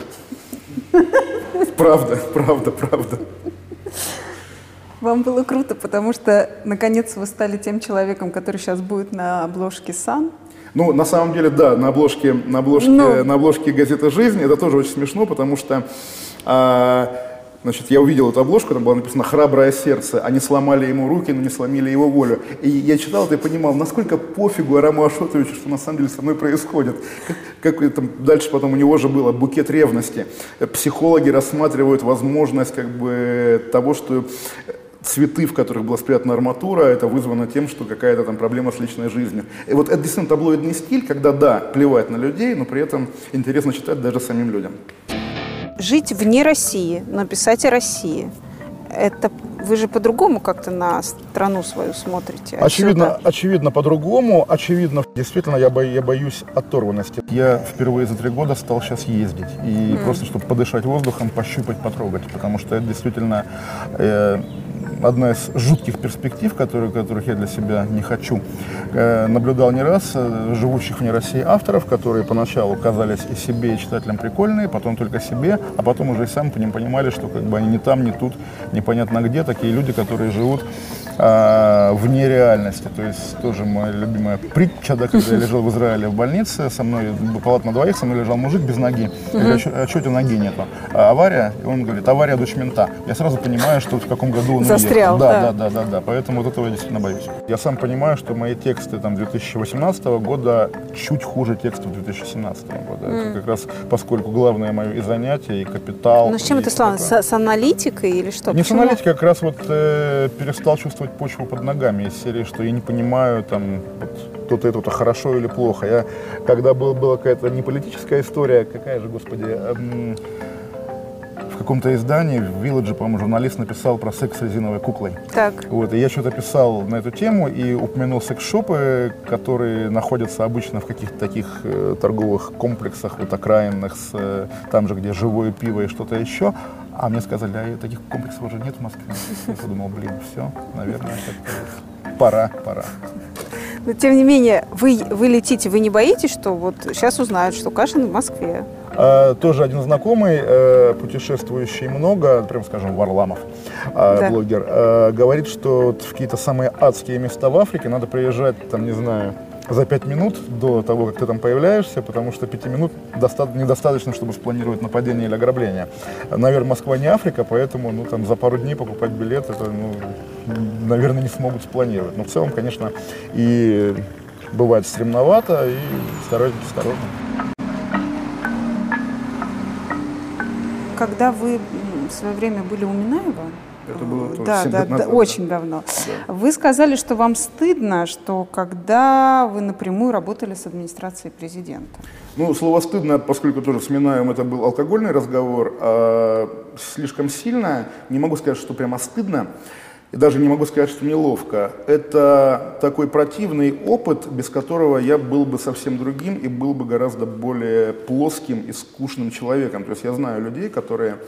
Speaker 4: Правда, правда, правда.
Speaker 8: Вам было круто, потому что, наконец, вы стали тем человеком, который сейчас будет на обложке «Сан».
Speaker 4: Ну, на самом деле, да, на обложке газеты «Жизнь» это тоже очень смешно, потому что, значит, я увидел эту обложку, там было написано «Храброе сердце». Они сломали ему руки, но не сломили его волю. И я читал это и понимал, насколько пофигу Араму Ашотовичу, что на самом деле со мной происходит. Как там, дальше потом у него же было букет ревности. Психологи рассматривают возможность как бы того, что цветы, в которых была спрятана арматура, это вызвано тем, что какая-то там проблема с личной жизнью. И вот это действительно таблоидный стиль, когда, да, плевать на людей, но при этом интересно читать даже самим людям.
Speaker 8: Жить вне России, но писать о России. Это вы же по-другому как-то на страну свою смотрите?
Speaker 4: Очевидно по-другому. Очевидно, действительно, я боюсь оторванности. Я впервые за 3 года стал сейчас ездить. И просто, чтобы подышать воздухом, пощупать, потрогать. Потому что это действительно одна из жутких перспектив, которых я для себя не хочу. Наблюдал не раз живущих вне России авторов, которые поначалу казались и себе, и читателям прикольные, потом только себе, а потом уже и сами по ним понимали, что как бы они не там, не тут, непонятно где. Такие люди, которые живут вне реальности. То есть тоже моя любимая притча, да, когда я лежал в Израиле в больнице, со мной палата на двоих, со мной лежал мужик без ноги. Я говорю: а что у тебя ноги нету? Авария? И он говорит: авария, дочь мента. Я сразу понимаю, что в каком году он
Speaker 8: застрял.
Speaker 4: Да. Поэтому вот этого я действительно боюсь. Я сам понимаю, что мои тексты там 2018 года чуть хуже текстов 2017 года. Это как раз поскольку главное мое и занятие, и капитал.
Speaker 8: Ну с чем это связано? С аналитикой или что?
Speaker 4: Не с аналитикой, как раз вот перестал чувствовать почву под ногами из серии, что я не понимаю, там, вот, то-то это хорошо или плохо. Когда была какая-то не политическая история, какая же, господи, в каком-то издании, в Village, по-моему, журналист написал про секс с резиновой куклой.
Speaker 8: Так.
Speaker 4: Вот, и я что-то писал на эту тему и упомянул секс-шопы, которые находятся обычно в каких-то таких торговых комплексах, вот окраинных, там же, где живое пиво и что-то еще. А мне сказали: а таких комплексов уже нет в Москве. Я подумал: блин, все, наверное, пора.
Speaker 8: Но тем не менее, вы летите, вы не боитесь, что вот сейчас узнают, что Кашин в Москве?
Speaker 4: Тоже один знакомый, путешествующий много, прям скажем, Варламов, блогер, говорит, что в какие-то самые адские места в Африке надо приезжать, там, не знаю, за 5 минут до того, как ты там появляешься, потому что 5 минут недостаточно, чтобы спланировать нападение или ограбление. Наверное, Москва не Африка, поэтому там за пару дней покупать билет, это, наверное, не смогут спланировать. Но в целом, конечно, и бывает стремновато, и стараюсь быть осторожным.
Speaker 8: Когда вы в свое время были у Минаева,
Speaker 4: это было
Speaker 8: да, очень давно. Да. Вы сказали, что вам стыдно, что когда вы напрямую работали с администрацией президента.
Speaker 4: Ну, слово «стыдно», поскольку тоже с Минаевым это был алкогольный разговор, слишком сильно, не могу сказать, что прямо стыдно, и даже не могу сказать, что неловко. Это такой противный опыт, без которого я был бы совсем другим и был бы гораздо более плоским и скучным человеком. То есть я знаю людей, которые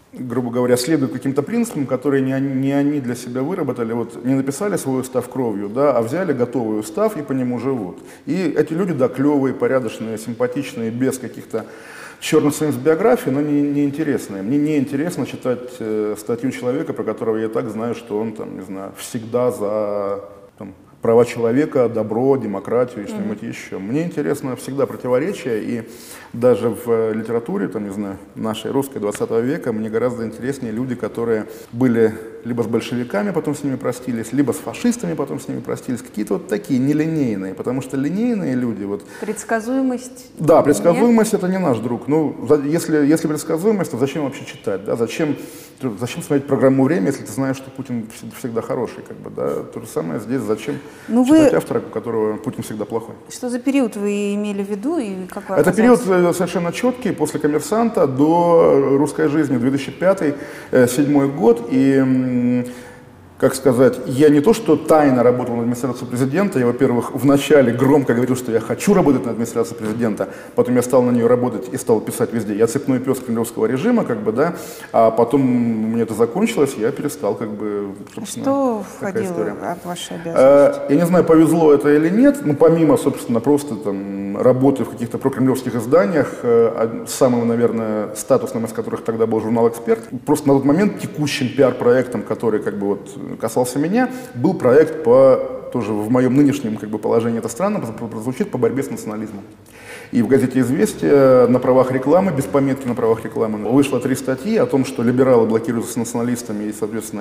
Speaker 4: грубо говоря, следуют каким-то принципам, которые не они для себя выработали, вот не написали свой устав кровью, да, а взяли готовый устав и по нему живут. И эти люди, да, клевые, порядочные, симпатичные, без каких-то черных страниц биографии, но не интересные. Мне не интересно читать статью человека, про которого я и так знаю, что он там, не знаю, всегда за там, права человека, добро, демократию и что-нибудь еще. Мне интересно всегда противоречия, и даже в литературе, там, не знаю, нашей русской 20 века мне гораздо интереснее люди, которые были либо с большевиками, потом с ними простились, либо с фашистами, потом с ними простились. Какие-то вот такие нелинейные, потому что линейные люди... Вот,
Speaker 8: предсказуемость?
Speaker 4: Да, предсказуемость — это не наш друг. Ну, если предсказуемость, то зачем вообще читать? Да? Зачем смотреть программу «Время», если ты знаешь, что Путин всегда хороший? Как бы, да? То же самое здесь. Зачем читать автора, у которого Путин всегда плохой?
Speaker 8: Что за период вы имели в виду? И как вы
Speaker 4: это период совершенно четкий, после «Коммерсанта» до «Русской жизни», 2005-2007 год. И, как сказать, я не то, что тайно работал на администрацию президента, я, во-первых, вначале громко говорил, что я хочу работать на администрацию президента, потом я стал на нее работать и стал писать везде. Я цепной пес кремлевского режима, как бы, да, а потом у меня это закончилось, я перестал, как бы, собственно,
Speaker 8: что входило в ваши обязанности?
Speaker 4: Я не знаю, повезло это или нет, ну, помимо, собственно, просто там работы в каких-то прокремлевских изданиях, самым, наверное, статусным из которых тогда был журнал «Эксперт», просто на тот момент текущим пиар-проектом, который, как бы, вот, касался меня, был проект тоже в моем нынешнем, как бы, положении, это странно прозвучит, по борьбе с национализмом. И в газете «Известия» на правах рекламы, без пометки на правах рекламы, вышло 3 статьи о том, что либералы блокируются националистами, и, соответственно,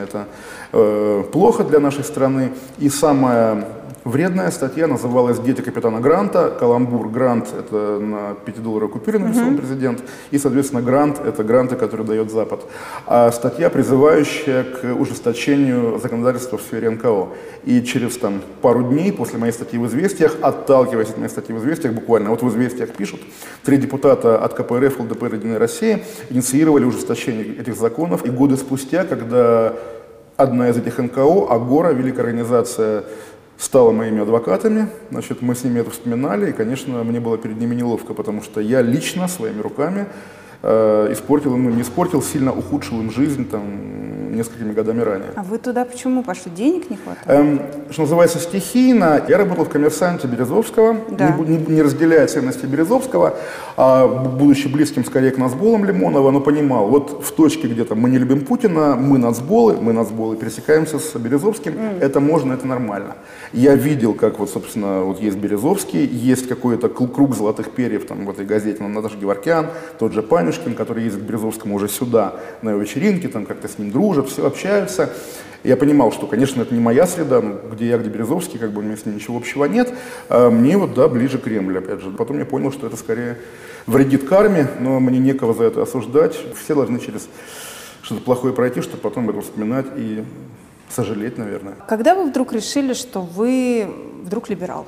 Speaker 4: это плохо для нашей страны. И самая вредная статья называлась «Дети капитана Гранта». Каламбур, грант — это на 5-долларовой купюре нарисован президент. И, соответственно, грант — это гранты, которые дает Запад. А статья, призывающая к ужесточению законодательства в сфере НКО. И через там, пару дней после моей статьи в «Известиях», отталкиваясь от моей статьи в «Известиях», буквально, вот в «Известиях» пишут, 3 депутата от КПРФ, ЛДПР, «Единая Россия» инициировали ужесточение этих законов. И годы спустя, когда одна из этих НКО, Агора, великая организация, стала моими адвокатами, значит, мы с ними это вспоминали, и, конечно, мне было перед ними неловко, потому что я лично своими руками испортил им, не испортил, сильно ухудшил им жизнь там, несколькими годами ранее.
Speaker 8: А вы туда почему пошли? Денег не хватало?
Speaker 4: Что называется, стихийно. Я работал в «Коммерсанте» Березовского, да. не разделяя ценности Березовского, а будучи близким скорее к нацболам Лимонова, но понимал, вот в точке, где там мы не любим Путина, мы нацболы, пересекаемся с Березовским, это можно, это нормально. Я видел, как вот, собственно, вот есть Березовский, есть какой-то круг золотых перьев там в этой газете, Наташа Геворкян, тот же Панюшкин, который ездит к Березовскому уже сюда, на его вечеринке, там как-то с ним дружат, все общаются. Я понимал, что, конечно, это не моя среда, где я, где Березовский, как бы у меня с ним ничего общего нет, а мне вот, да, ближе Кремль, опять же. Потом я понял, что это скорее вредит карме, но мне некого за это осуждать. Все должны через что-то плохое пройти, чтобы потом это вспоминать и сожалеть, наверное.
Speaker 8: Когда вы вдруг решили, что вы вдруг либерал?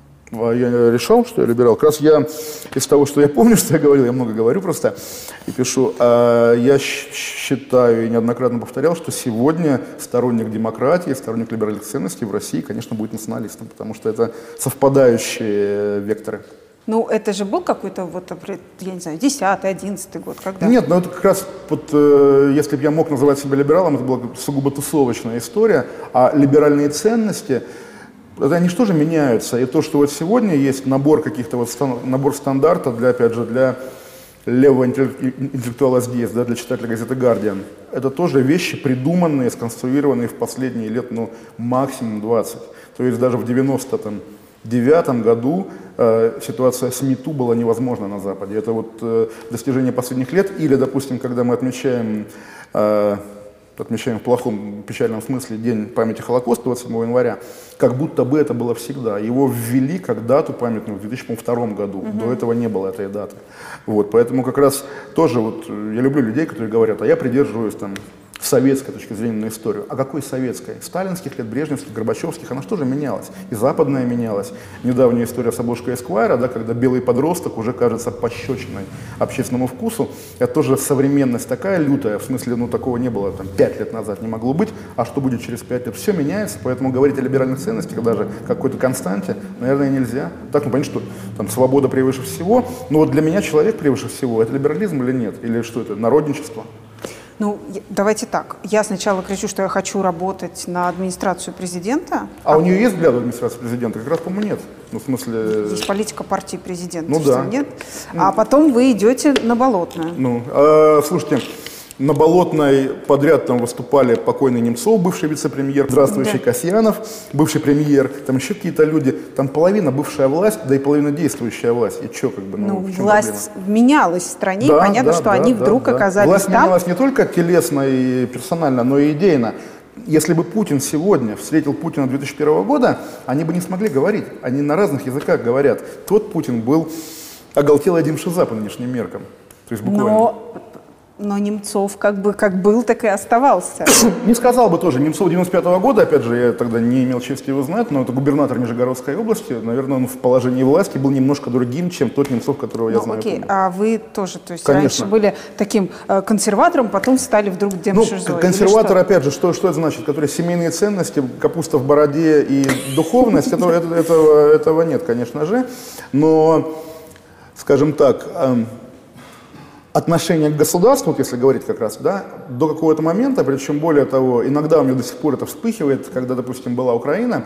Speaker 4: Я решил, что я либерал. Как раз я из того, что я помню, что я говорил, я много говорю просто и пишу, я считаю и неоднократно повторял, что сегодня сторонник демократии, сторонник либеральных ценностей в России, конечно, будет националистом, потому что это совпадающие векторы.
Speaker 8: Ну, это же был какой-то, вот, я не знаю, 10-й, 11-й год, когда?
Speaker 4: Нет, но это как раз, вот, если бы я мог называть себя либералом, это была сугубо тусовочная история, а либеральные ценности, они же тоже меняются. И то, что вот сегодня есть набор каких-то вот набор стандартов для, опять же, для левого интеллектуала здесь, да, для читателя газеты «Гардиан», это тоже вещи, придуманные, сконструированные в последние лет, ну, максимум 20. То есть даже в 99-м году ситуация с МИТУ была невозможна на Западе. Это вот достижение последних лет. Или, допустим, когда мы отмечаем в плохом, печальном смысле День памяти Холокоста 27 января, как будто бы это было всегда. Его ввели как дату памятную в 2002 году. До этого не было этой даты. Вот, поэтому как раз тоже вот, я люблю людей, которые говорят, а я придерживаюсь там советской точки зрения на историю. А какой советской? Сталинских лет, брежневских, горбачевских, она же тоже менялась. И западная менялась. Недавняя история с обложкой Эсквайра, да, когда белый подросток уже кажется пощечиной общественному вкусу. Это тоже современность такая лютая, в смысле, ну такого не было там 5 лет назад, не могло быть. А что будет через 5 лет? Все меняется, поэтому говорить о либеральных ценностях даже какой-то константе, наверное, нельзя. Так, ну понятно, что там свобода превыше всего, но вот для меня человек превыше всего, это либерализм или нет? Или что это, народничество?
Speaker 8: Ну, давайте так. Я сначала кричу, что я хочу работать на администрацию президента.
Speaker 4: А у нее есть взгляд администрации президента? Как раз, по-моему, нет. Ну, в смысле...
Speaker 8: Есть политика партии президента.
Speaker 4: Ну да.
Speaker 8: Нет? А потом вы идете на Болотную.
Speaker 4: Ну, слушайте, на Болотной подряд там выступали покойный Немцов, бывший вице-премьер, здравствующий Касьянов, бывший премьер, там еще какие-то люди, там половина бывшая власть, да и половина действующая власть. И что, как бы,
Speaker 8: власть менялась в стране, и понятно, что они вдруг оказались
Speaker 4: власть
Speaker 8: там.
Speaker 4: Власть менялась не только телесно и персонально, но и идейно. Если бы Путин сегодня встретил Путина 2001 года, они бы не смогли говорить. Они на разных языках говорят. Тот Путин был оголтелый Дим Шиза по нынешним меркам. То есть буквально.
Speaker 8: Но Немцов как был, так и оставался.
Speaker 4: Не сказал бы тоже. Немцов 95-го года, опять же, я тогда не имел чести его знать, но это губернатор Нижегородской области. Наверное, он в положении власти был немножко другим, чем тот Немцов, которого я знаю.
Speaker 8: Окей, а вы тоже, то есть
Speaker 4: Конечно.
Speaker 8: раньше были таким консерватором, потом стали вдруг Дим Шизой.
Speaker 4: Консерватор, опять же, что это значит? Который семейные ценности, капуста в бороде и духовность, этого нет, конечно же. Но, скажем так, отношение к государству, вот если говорить как раз, да, до какого-то момента, причем более того, иногда у меня до сих пор это вспыхивает, когда, допустим, была Украина,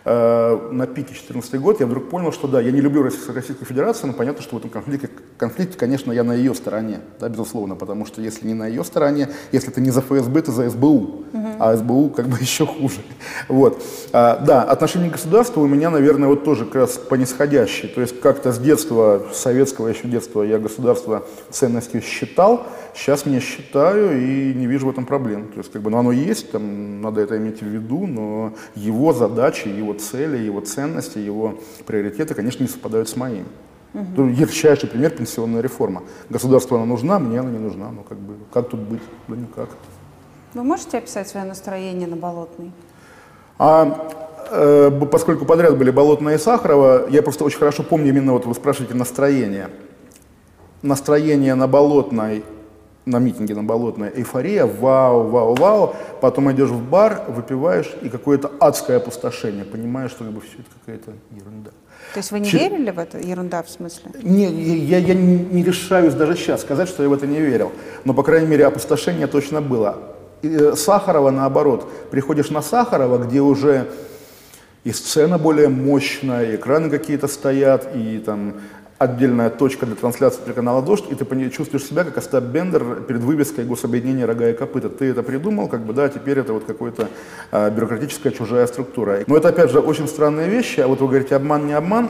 Speaker 4: на пике 2014 год, я вдруг понял, что да, я не люблю Российскую Федерацию, но понятно, что в этом конфликте, конечно, я на ее стороне, да, безусловно, потому что если не на ее стороне, если ты не за ФСБ, ты за СБУ, а СБУ как бы еще хуже. Вот. Да, отношение к государству у меня, наверное, вот тоже как раз по нисходящей, то есть как-то с детства, с советского еще детства я государство ценностью считал, сейчас не считаю и не вижу в этом проблем. То есть как бы, оно есть, там, надо это иметь в виду, но его задачи, его цели, его ценности, его приоритеты, конечно, не совпадают с моими. Ярчайший пример — пенсионная реформа. Государству она нужна, мне она не нужна. Ну, как бы, как тут быть? Да никак.
Speaker 8: Вы можете описать свое настроение на Болотной?
Speaker 4: Поскольку подряд были Болотная и Сахарова, я просто очень хорошо помню именно, вот вы спрашиваете, настроение. Настроение на Болотной, на митинге на Болотной, эйфория, вау, вау, вау. Потом идешь в бар, выпиваешь, и какое-то адское опустошение. Понимаешь, что все это какая-то ерунда.
Speaker 8: То есть вы не верили в это? Ерунда в смысле?
Speaker 4: Не, я не решаюсь даже сейчас сказать, что я в это не верил. Но, по крайней мере, опустошение точно было. И Сахарова, наоборот. Приходишь на Сахарова, где уже и сцена более мощная, и экраны какие-то стоят, и там отдельная точка для трансляции телеканала «Дождь», и ты чувствуешь себя как Остап Бендер перед вывеской гособъединения «Рога и копыта». Ты это придумал, как бы, да, теперь это вот какая-то бюрократическая чужая структура. Но это, опять же, очень странные вещи. А вот вы говорите, обман, не обман.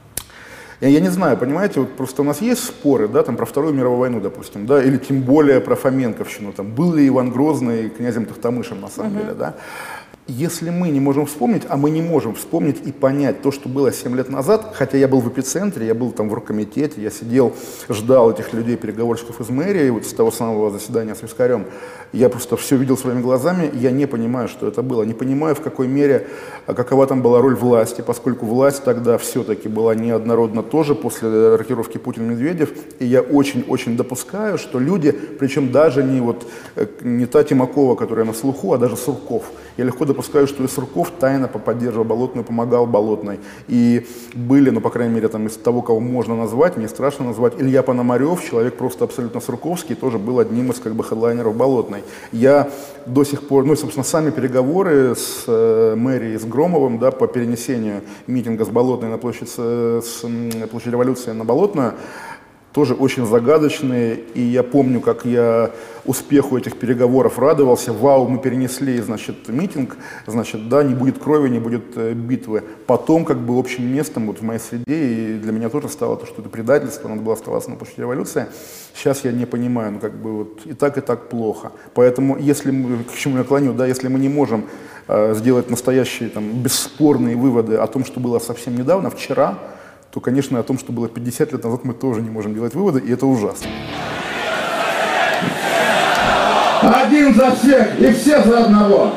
Speaker 4: Я не знаю, понимаете, вот просто у нас есть споры, да, там, про Вторую мировую войну, допустим, да, или тем более про Фоменковщину, там, был ли Иван Грозный князем Тохтамышем, на самом деле, да. Если мы не можем вспомнить, а мы не можем вспомнить и понять то, что было 7 лет назад, хотя я был в эпицентре, я был там в оргкомитете, я сидел, ждал этих людей, переговорщиков из мэрии, вот с того самого заседания с Вискарем, я просто все видел своими глазами, я не понимаю, что это было, не понимаю, в какой мере, какова там была роль власти, поскольку власть тогда все-таки была неоднородна тоже после рокировки Путин-Медведев, и я очень-очень допускаю, что люди, причем даже не та Тимакова, которая на слуху, а даже Сурков, я легко допускаю, что и Сурков тайно поддерживал Болотную, помогал Болотной. И были, ну, по крайней мере, там, из того, кого можно назвать, мне страшно назвать, Илья Пономарев, человек просто абсолютно сурковский, тоже был одним из, как бы, хедлайнеров Болотной. Я до сих пор, ну, и, собственно, сами переговоры с мэрией, с Громовым, да, по перенесению митинга с Болотной на площадь Революции на Болотную, тоже очень загадочные, и я помню, как я успеху этих переговоров радовался. Вау, мы перенесли, значит, митинг, значит, да, не будет крови, не будет битвы. Потом, как бы, общим местом вот в моей среде, и для меня тоже стало то, что это предательство, надо было оставаться на площади Революции. Сейчас я не понимаю, ну, как бы, вот и так плохо. Поэтому, если мы, к чему я клоню, да, если мы не можем сделать настоящие, там, бесспорные выводы о том, что было совсем недавно, вчера, то, конечно, о том, что было 50 лет назад, мы тоже не можем делать выводы, и это ужасно.
Speaker 11: Один за всех и все за одного.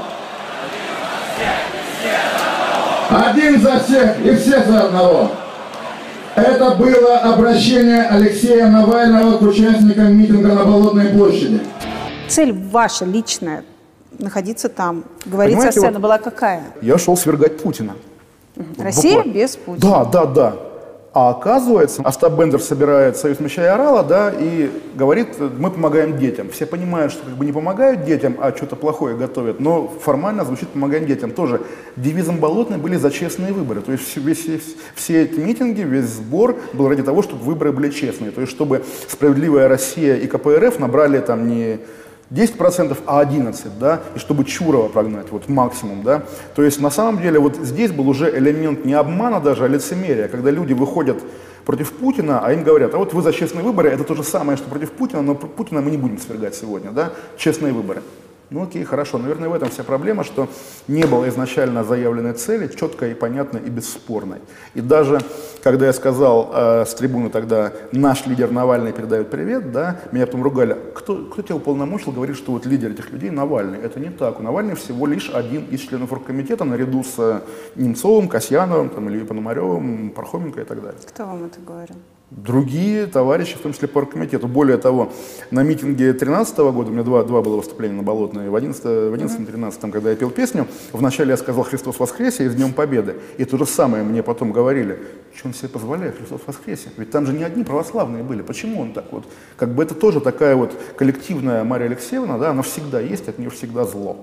Speaker 11: Один за всех и все за одного. Это было обращение Алексея Навального к участникам митинга на Болотной площади.
Speaker 8: Цель ваша личная, находиться там, говорить со сцены, была какая?
Speaker 4: Я шел свергать Путина.
Speaker 8: Россия без Путина.
Speaker 4: Да. А оказывается, Остап Бендер собирает Союз меча и орала, да, и говорит, мы помогаем детям. Все понимают, что как бы не помогают детям, а что-то плохое готовят, но формально звучит «помогаем детям». Тоже девизом Болотной были за честные выборы. То есть все эти митинги, весь сбор был ради того, чтобы выборы были честные. То есть чтобы «Справедливая Россия» и КПРФ набрали там не 10%, а 11%, да, и чтобы Чурова прогнать, вот максимум, да. То есть на самом деле вот здесь был уже элемент не обмана даже, а лицемерия, когда люди выходят против Путина, а им говорят, а вот вы за честные выборы, это то же самое, что против Путина, но Путина мы не будем свергать сегодня, да, честные выборы. Ну окей, хорошо, наверное, в этом вся проблема, что не было изначально заявленной цели, четкой и понятной и бесспорной. И даже, когда я сказал с трибуны тогда, наш лидер Навальный передает привет, да, меня потом ругали, кто тебя уполномочил говорить, что вот лидер этих людей Навальный? Это не так, у Навального всего лишь один из членов оргкомитета, наряду с Немцовым, Касьяновым, там, Ильей Пономаревым, Пархоменко и так далее.
Speaker 8: Кто вам это говорил?
Speaker 4: Другие товарищи, в том числе по оргкомитету. Более того, на митинге 2013 года, у меня два было выступления на Болотной, в 11-13, когда я пел песню, вначале я сказал «Христос воскресе» и «С Днем Победы». И то же самое мне потом говорили, что он себе позволяет «Христос воскресе». Ведь там же не одни православные были. Почему он так вот? Как бы это тоже такая вот коллективная Мария Алексеевна, да, она всегда есть, от нее всегда зло.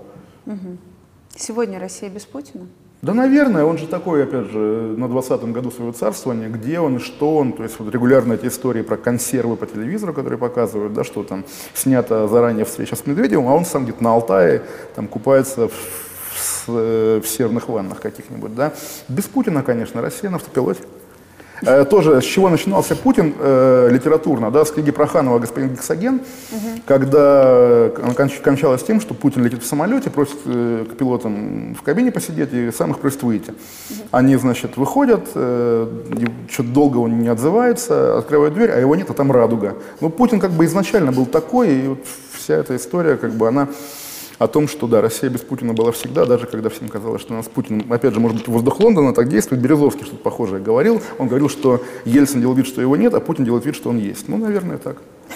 Speaker 8: Сегодня Россия без Путина?
Speaker 4: Да, наверное, он же такой, опять же, на 20-м году своего царствования, где он и что он, то есть вот регулярно эти истории про консервы по телевизору, которые показывают, да, что там снята заранее встреча с Медведевым, а он сам где-то на Алтае там купается в серных ваннах каких-нибудь, да. Без Путина, конечно, Россия на автопилоте. Тоже с чего начинался Путин литературно, да, с книги Проханова «Господин Гексоген», когда она кончалась тем, что Путин летит в самолете, просит к пилотам в кабине посидеть и сам их просит выйти. Они, значит, выходят, что-то долго он не отзывается, открывают дверь, а его нет, а там радуга. Но Путин как бы изначально был такой, и вот вся эта история, как бы она о том, что да, Россия без Путина была всегда, даже когда всем казалось, что у нас Путин, опять же, может быть, воздух Лондона так действует. Березовский что-то похожее говорил. Он говорил, что Ельцин делает вид, что его нет, а Путин делает вид, что он есть. Ну, наверное, так.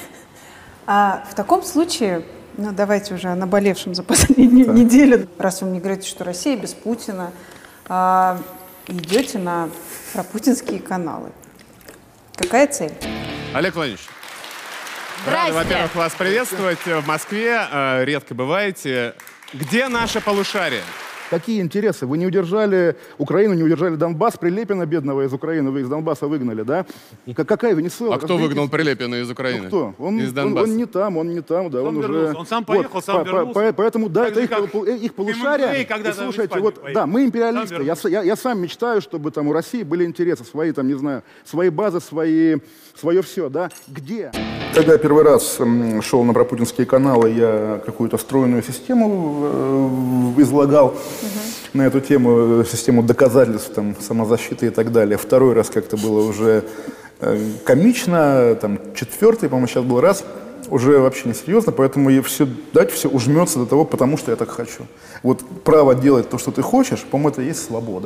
Speaker 8: А в таком случае, ну давайте уже о наболевшем за последнюю неделю. Раз вы мне говорите, что Россия без Путина, идете на пропутинские каналы. Какая цель?
Speaker 12: Олег Владимирович. Рада, во-первых, вас приветствовать в Москве. Редко бываете. Где наше полушарие?
Speaker 4: Какие интересы? Вы не удержали Украину, не удержали Донбасс, Прилепина бедного из Украины вы из Донбасса выгнали, да? Какая Венесуэла?
Speaker 12: А кто выгнал Прилепина из Украины?
Speaker 4: Ну, кто?
Speaker 12: Из Донбасса.
Speaker 4: Он не там, да, он уже...
Speaker 13: Он сам поехал, вот, сам вернулся.
Speaker 4: Поэтому, да, это их полушария. И слушайте, вот, да, мы империалисты. Я сам мечтаю, чтобы там у России были интересы свои, там, не знаю, свои базы, свое все, да? Где? Когда я первый раз шел на пропутинские каналы, я какую-то стройную систему излагал на эту тему, систему доказательств, там, самозащиты и так далее. Второй раз как-то было уже комично, там, четвертый, по-моему, сейчас был раз, уже вообще не серьезно, поэтому все ужмется до того, потому что я так хочу. Вот право делать то, что ты хочешь, по-моему, это и есть свобода.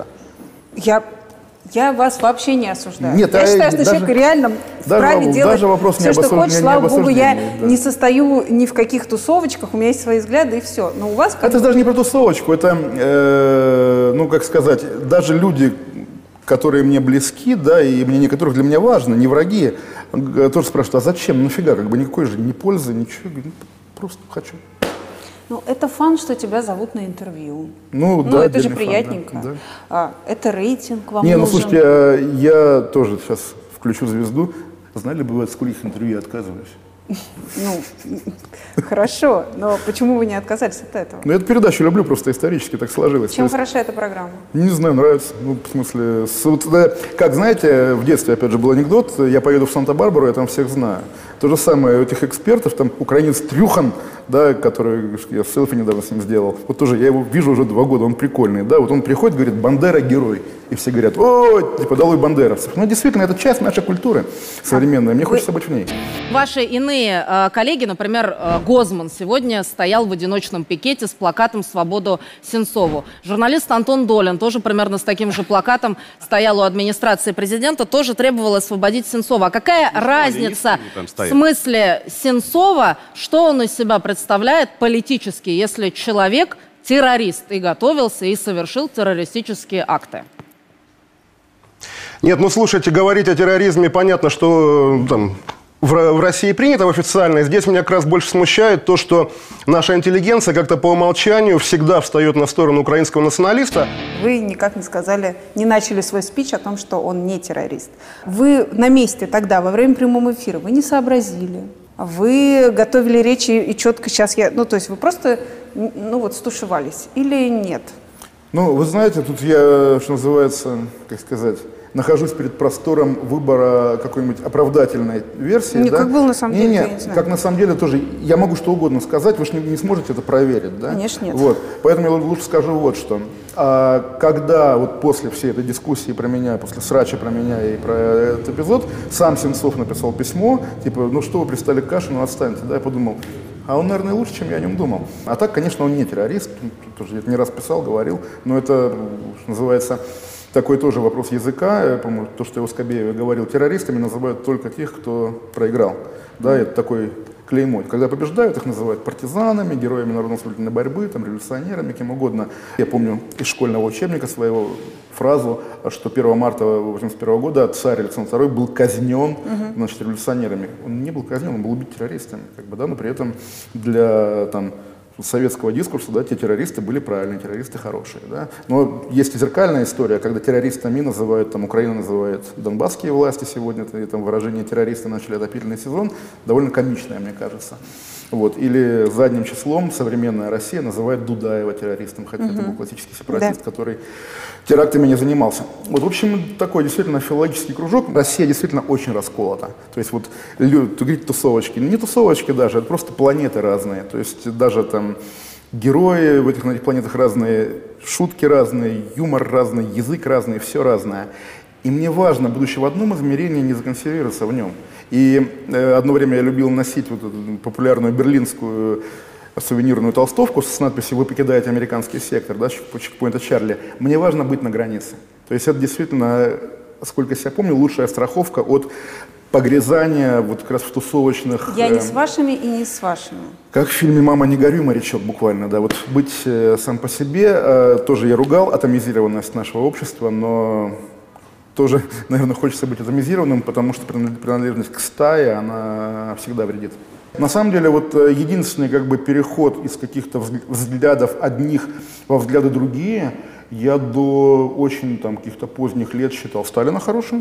Speaker 8: Я вас вообще не осуждаю.
Speaker 4: Нет,
Speaker 8: я считаю, что человек реально вправе делать все, что хочет. Слава богу, я не состою ни в каких тусовочках, у меня есть свои взгляды и все. Но у вас
Speaker 4: это даже не про тусовочку, это, ну, как сказать, даже люди, которые мне близки, да, и мнение которых для меня важно, не враги, тоже спрашивают, а зачем, нафига, как бы никакой же ни пользы, ничего, просто хочу.
Speaker 8: Ну, это фан, что тебя зовут на интервью.
Speaker 4: Ну да,
Speaker 8: это же приятненько.
Speaker 4: Фан, да.
Speaker 8: Это рейтинг вам
Speaker 4: нужен.
Speaker 8: Ну,
Speaker 4: слушайте, я тоже сейчас включу звезду. Знали бы вы, от скольких интервью я отказываюсь?
Speaker 8: Ну, хорошо, но почему вы не отказались от этого?
Speaker 4: Ну, я эту передачу люблю, просто исторически так сложилось.
Speaker 8: Чем хороша эта программа?
Speaker 4: Не знаю, нравится. Ну, в смысле, как, знаете, в детстве, опять же, был анекдот, я поеду в Санта-Барбару, я там всех знаю. То же самое у этих экспертов, там украинец Трюхан, да, который, я селфи недавно с ним сделал, вот тоже, я его вижу уже 2 года, он прикольный, да, вот он приходит, говорит, Бандера герой, и все говорят, о, типа, долой бандеровцев. Ну, действительно, это часть нашей культуры современной, мне хочется быть в ней.
Speaker 14: Ваши иные коллеги, например, Гозман сегодня стоял в одиночном пикете с плакатом «Свободу Сенцову». Журналист Антон Долин тоже примерно с таким же плакатом стоял у администрации президента, тоже требовал освободить Сенцова. А какая разница в смысле Сенцова, что он из себя представляет политически, если человек террорист и готовился и совершил террористические акты?
Speaker 13: Нет, ну слушайте, говорить о терроризме, понятно, что там в России принято официально. Здесь меня как раз больше смущает то, что наша интеллигенция как-то по умолчанию всегда встает на сторону украинского националиста.
Speaker 8: Вы никак не сказали, не начали свой спич о том, что он не террорист. Вы на месте тогда, во время прямого эфира, вы не сообразили. Вы готовили речи и четко сейчас ну, то есть вы просто, ну, вот стушевались или нет?
Speaker 4: Ну, вы знаете, тут я, что называется, как сказать, нахожусь перед простором выбора какой-нибудь оправдательной версии.
Speaker 8: Не,
Speaker 4: да?
Speaker 8: как было на самом деле, я не знаю.
Speaker 4: Как на самом деле тоже, я могу что угодно сказать, вы же не сможете это проверить, да?
Speaker 8: Конечно, нет.
Speaker 4: Вот. Поэтому я лучше скажу вот что. Когда вот после всей этой дискуссии про меня, после срача про меня и про этот эпизод, сам Сенцов написал письмо, типа, ну что вы пристали к Кашину, отстаньте, да, я подумал, а он, наверное, лучше, чем я о нем думал. А так, конечно, он не террорист, тоже я это не раз писал, говорил, но это, что называется, такой тоже вопрос языка, по-моему, то, что его Скобеева говорил, террористами называют только тех, кто проиграл. Да, это такой клеймо. Когда побеждают, их называют партизанами, героями народно-освободительной борьбы, там, революционерами, кем угодно. Я помню из школьного учебника своего фразу, что 1 марта 1981 года царь Александр II был казнен, значит, революционерами. Он не был казнен, он был убит террористами, как бы, да, но при этом для там, советского дискурса, да, те террористы были правильные, террористы хорошие, да. Но есть и зеркальная история, когда террористами называют, там, Украина называет донбасские власти сегодня, и там выражение террористы начали отопительный сезон, довольно комичное, мне кажется. Вот. Или задним числом современная Россия называет Дудаева террористом, хотя это был классический сепаратист, который терактами не занимался. Вот, в общем, такой действительно филологический кружок. Россия действительно очень расколота. То есть вот говорить тусовочки, не тусовочки даже, это просто планеты разные. То есть даже там герои в этих планетах разные, шутки разные, юмор разный, язык разный, все разное. И мне важно, будучи в одном измерении, не законсервироваться в нем. И одно время я любил носить вот эту популярную берлинскую сувенирную толстовку с надписью «Вы покидаете американский сектор», да, чекпоинта Чарли. Мне важно быть на границе. То есть это действительно, сколько я себя помню, лучшая страховка от погрязания вот как раз в тусовочных...
Speaker 8: Я не с вашими и не с вашими.
Speaker 4: Как в фильме «Мама, не горюй, морячок», буквально, да. Вот быть сам по себе, тоже я ругал атомизированность нашего общества, но... Тоже, наверное, хочется быть атомизированным, потому что принадлежность к стае, она всегда вредит. На самом деле, вот единственный как бы переход из каких-то взглядов одних во взгляды другие, я до очень там каких-то поздних лет считал Сталина хорошим,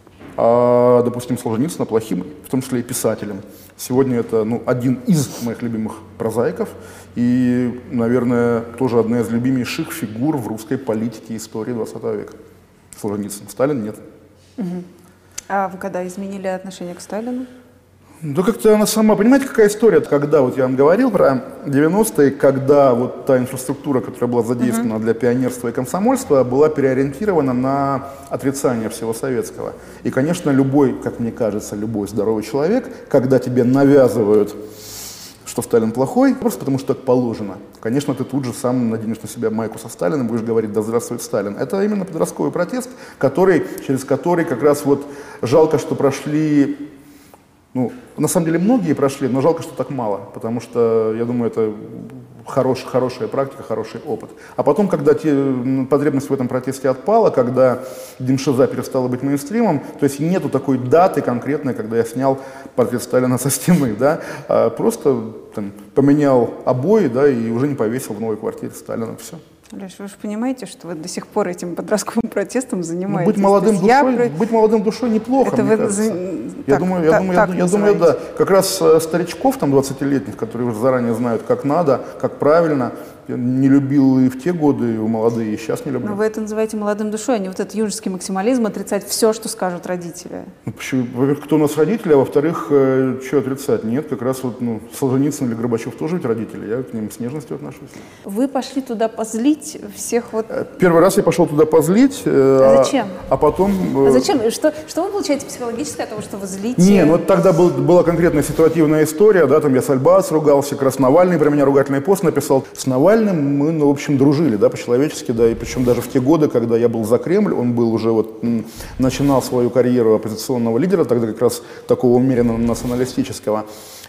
Speaker 4: а, допустим, Солженицына плохим, в том числе и писателем. Сегодня это, ну, один из моих любимых прозаиков и, наверное, тоже одна из любимейших фигур в русской политике истории 20 века. Солженицын. Сталин нет.
Speaker 8: А вы когда изменили отношение к Сталину?
Speaker 4: Да как-то она сама, понимаете, какая история? Когда вот я вам говорил про 90-е, когда вот та инфраструктура, которая была задействована для пионерства и комсомольства, была переориентирована на отрицание всего советского. И, конечно, любой, как мне кажется, любой здоровый человек, когда тебе навязывают, что Сталин плохой, просто потому что так положено. Конечно, ты тут же сам наденешь на себя майку со Сталиным, будешь говорить «Да здравствует Сталин». Это именно подростковый протест, через который как раз вот жалко, что прошли, ну, на самом деле многие прошли, но жалко, что так мало, потому что, я думаю, это хорошая практика, хороший опыт. А потом, когда потребность в этом протесте отпала, когда Демшиза перестала быть мейнстримом, то есть нету такой даты конкретной, когда я снял портрет Сталина со стены, да, а просто там, поменял обои, да, и уже не повесил в новой квартире Сталина, все.
Speaker 8: Леш, вы же понимаете, что вы до сих пор этим подростковым протестом занимаетесь?
Speaker 4: Ну, быть молодым душой неплохо,
Speaker 8: это
Speaker 4: мне кажется. Я думаю, да. Как раз старичков, там, 20-летних, которые уже заранее знают, как надо, как правильно, я не любил и в те годы, и в молодые, и сейчас не люблю.
Speaker 8: Но вы это называете молодым душой, а не вот этот юношеский максимализм, отрицать все, что скажут родители.
Speaker 4: Ну, почему? Во-первых, кто у нас родители, а во-вторых, что отрицать? Нет, как раз вот, ну, Солженицын или Горбачев тоже ведь родители, я к ним с нежностью отношусь.
Speaker 8: Вы пошли туда позлить всех вот...
Speaker 4: Первый раз я пошел туда позлить.
Speaker 8: Зачем?
Speaker 4: А потом...
Speaker 8: А зачем? Что вы получаете психологическое от того, что вы злите?
Speaker 4: Не, ну тогда была конкретная ситуативная история, да, там я с Альбац ругался, как раз Навальный про меня ругательный пост написал. С Навальным мы, ну, в общем, дружили, да, по-человечески, да, и причем даже в те годы, когда я был за Кремль, он был уже вот, начинал свою карьеру оппозиционного лидера, тогда как раз такого умеренно националистического.